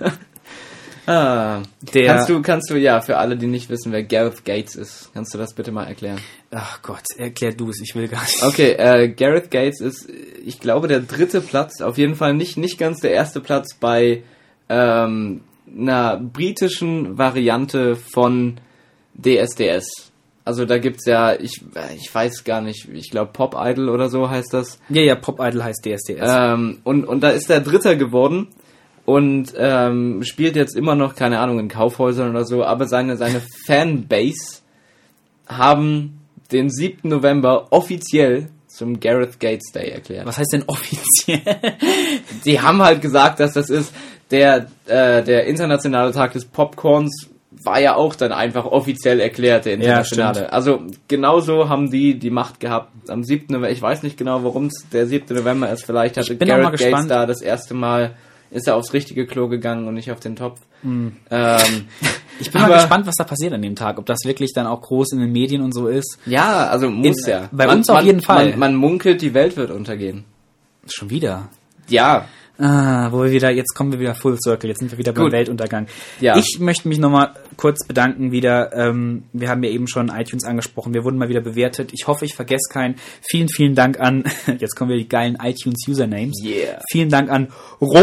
Ah, Der- kannst du, kannst du, ja, für alle, die nicht wissen, wer Gareth Gates ist, kannst du das bitte mal erklären? Ach Gott, erklär du es, ich will gar nicht. Okay, äh, Gareth Gates ist, ich glaube, der dritte Platz, auf jeden Fall nicht, nicht ganz der erste Platz bei ähm, einer britischen Variante von D S D S. Also da gibt's ja, ich, ich weiß gar nicht, ich glaube Pop Idol oder so heißt das. Ja, ja, Pop Idol heißt D S D S. Ähm, und, und da ist der Dritter geworden und ähm, spielt jetzt immer noch, keine Ahnung, in Kaufhäusern oder so, aber seine, seine Fanbase haben den siebten November offiziell zum Gareth Gates Day erklärt. Was heißt denn offiziell? Die haben halt gesagt, dass das ist der, äh, der internationale Tag des Popcorns, war ja auch dann einfach offiziell erklärt, der internationale. stimmt. Also genauso haben die die Macht gehabt am siebten November. Ich weiß nicht genau, warum es der siebte November ist. Vielleicht hatte Ich bin auch mal Gareth Gates gespannt. da das erste Mal, ist er aufs richtige Klo gegangen und nicht auf den Topf. Ähm, Ich bin aber- mal gespannt, was da passiert an dem Tag. Ob das wirklich dann auch groß in den Medien und so ist. Ja, also muss In- ja. bei man, uns auf man, jeden Fall. Man, man munkelt, die Welt wird untergehen. Schon wieder. Ja, Ah, wo wir wieder, jetzt kommen wir wieder full circle, jetzt sind wir wieder beim Gut. Weltuntergang. Ja. Ich möchte mich nochmal kurz bedanken wieder, ähm, wir haben ja eben schon iTunes angesprochen, wir wurden mal wieder bewertet, ich hoffe, ich vergesse keinen. Vielen, vielen Dank an, jetzt kommen wir die geilen iTunes-Usernames. Yeah. Vielen Dank an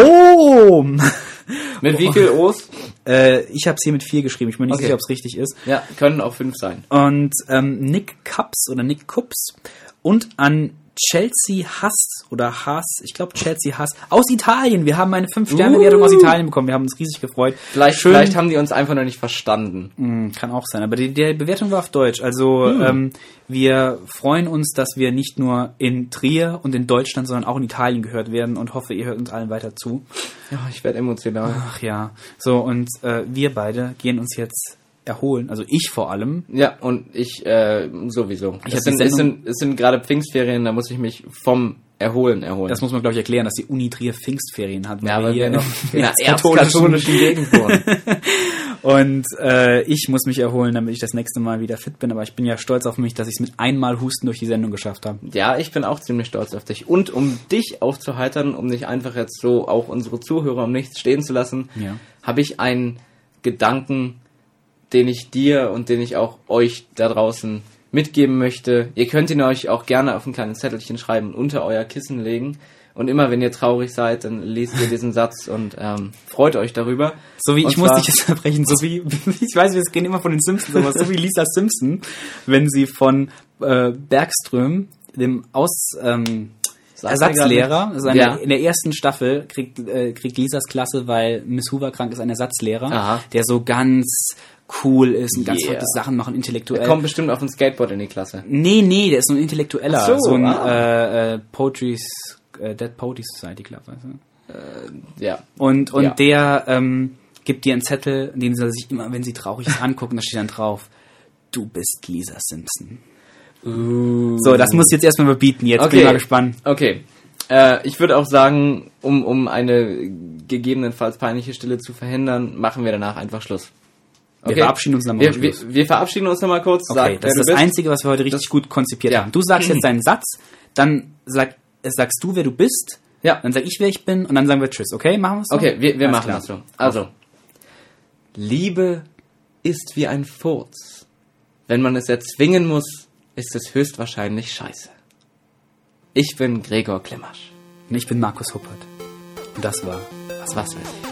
Rom! Mit wie viel O's? Äh, ich habe es hier mit vier geschrieben, ich bin mir nicht Okay. sicher, ob es richtig ist. Ja, können auch fünf sein. Und ähm, Nick Cups oder Nick Cups und an Chelsea Hass oder Haas, ich glaube Chelsea Hass, aus Italien. Wir haben eine fünf Sterne Wertung Uh. aus Italien bekommen. Wir haben uns riesig gefreut. Vielleicht, Schön, vielleicht haben die uns einfach noch nicht verstanden. Mh, kann auch sein, aber die, die Bewertung war auf Deutsch. Also Hm. ähm, wir freuen uns, dass wir nicht nur in Trier und in Deutschland, sondern auch in Italien gehört werden und hoffe, ihr hört uns allen weiter zu. Ja, ich werde emotional. Ach ja, so und äh, wir beide gehen uns jetzt erholen, also ich vor allem. Ja, und ich äh, sowieso. Ich es, hab die sind, es, Sendung- sind, es sind gerade Pfingstferien, da muss ich mich vom Erholen erholen. Das muss man, glaube ich, erklären, dass die Uni Trier Pfingstferien hat. ja, weil aber wir wir noch in einer erzkatholischen- erzkatholischen Gegend wohnen. Und äh, ich muss mich erholen, damit ich das nächste Mal wieder fit bin. Aber ich bin ja stolz auf mich, dass ich es mit einmal Husten durch die Sendung geschafft habe. Ja, ich bin auch ziemlich stolz auf dich. Und um dich aufzuheitern, um dich einfach jetzt so auch unsere Zuhörer um nichts stehen zu lassen, Ja. habe ich einen Gedanken, den ich dir und den ich auch euch da draußen mitgeben möchte. Ihr könnt ihn euch auch gerne auf ein kleines Zettelchen schreiben und unter euer Kissen legen. Und immer, wenn ihr traurig seid, dann lest ihr diesen Satz und ähm, freut euch darüber. So wie, Und ich muss zwar- dich jetzt verbrechen, so wie, ich weiß, wir gehen immer von den Simpsons, aber so wie Lisa Simpson, wenn sie von äh, Bergström, dem Aus... Ähm, Sag's mir Ersatzlehrer, grad nicht. also eine, Ja. in der ersten Staffel kriegt, äh, kriegt Lisas Klasse, weil Miss Hoover krank ist, ein Ersatzlehrer, Aha. der so ganz cool ist und ganz Yeah. verrückte Sachen machen, intellektuell. Er kommt bestimmt auf ein Skateboard in die Klasse. Nee, nee, der ist so ein Intellektueller. Ach so, so ein ah. äh, äh, Poetry's, äh, Dead Poetry Society Club, weißt du? Ja. Und, und Ja. der ähm, gibt dir einen Zettel, den sie sich immer, wenn sie traurig ist, angucken, da steht dann drauf, du bist Lisa Simpson. Uh. So, das muss ich jetzt erstmal überbieten, jetzt bin ich mal gespannt. Okay. Äh, ich würde auch sagen, um, um eine gegebenenfalls peinliche Stille zu verhindern, machen wir danach einfach Schluss. Wir verabschieden uns nochmal wir, wir, wir verabschieden uns nochmal kurz. Okay, Sag, das wer ist du das bist. Einzige, was wir heute richtig Das- gut konzipiert ja. haben. Du sagst jetzt deinen Satz, dann sag, äh, sagst du, wer du bist, Ja. dann sag ich, wer ich bin und dann sagen wir Tschüss, okay? Machen wir es so? Okay, wir, wir Alles machen klar. das so. Also, Liebe ist wie ein Furz. Wenn man es erzwingen muss, ist es höchstwahrscheinlich scheiße. Ich bin Gregor Klemmasch. Und ich bin Markus Huppert. Und das war Was weiß ich.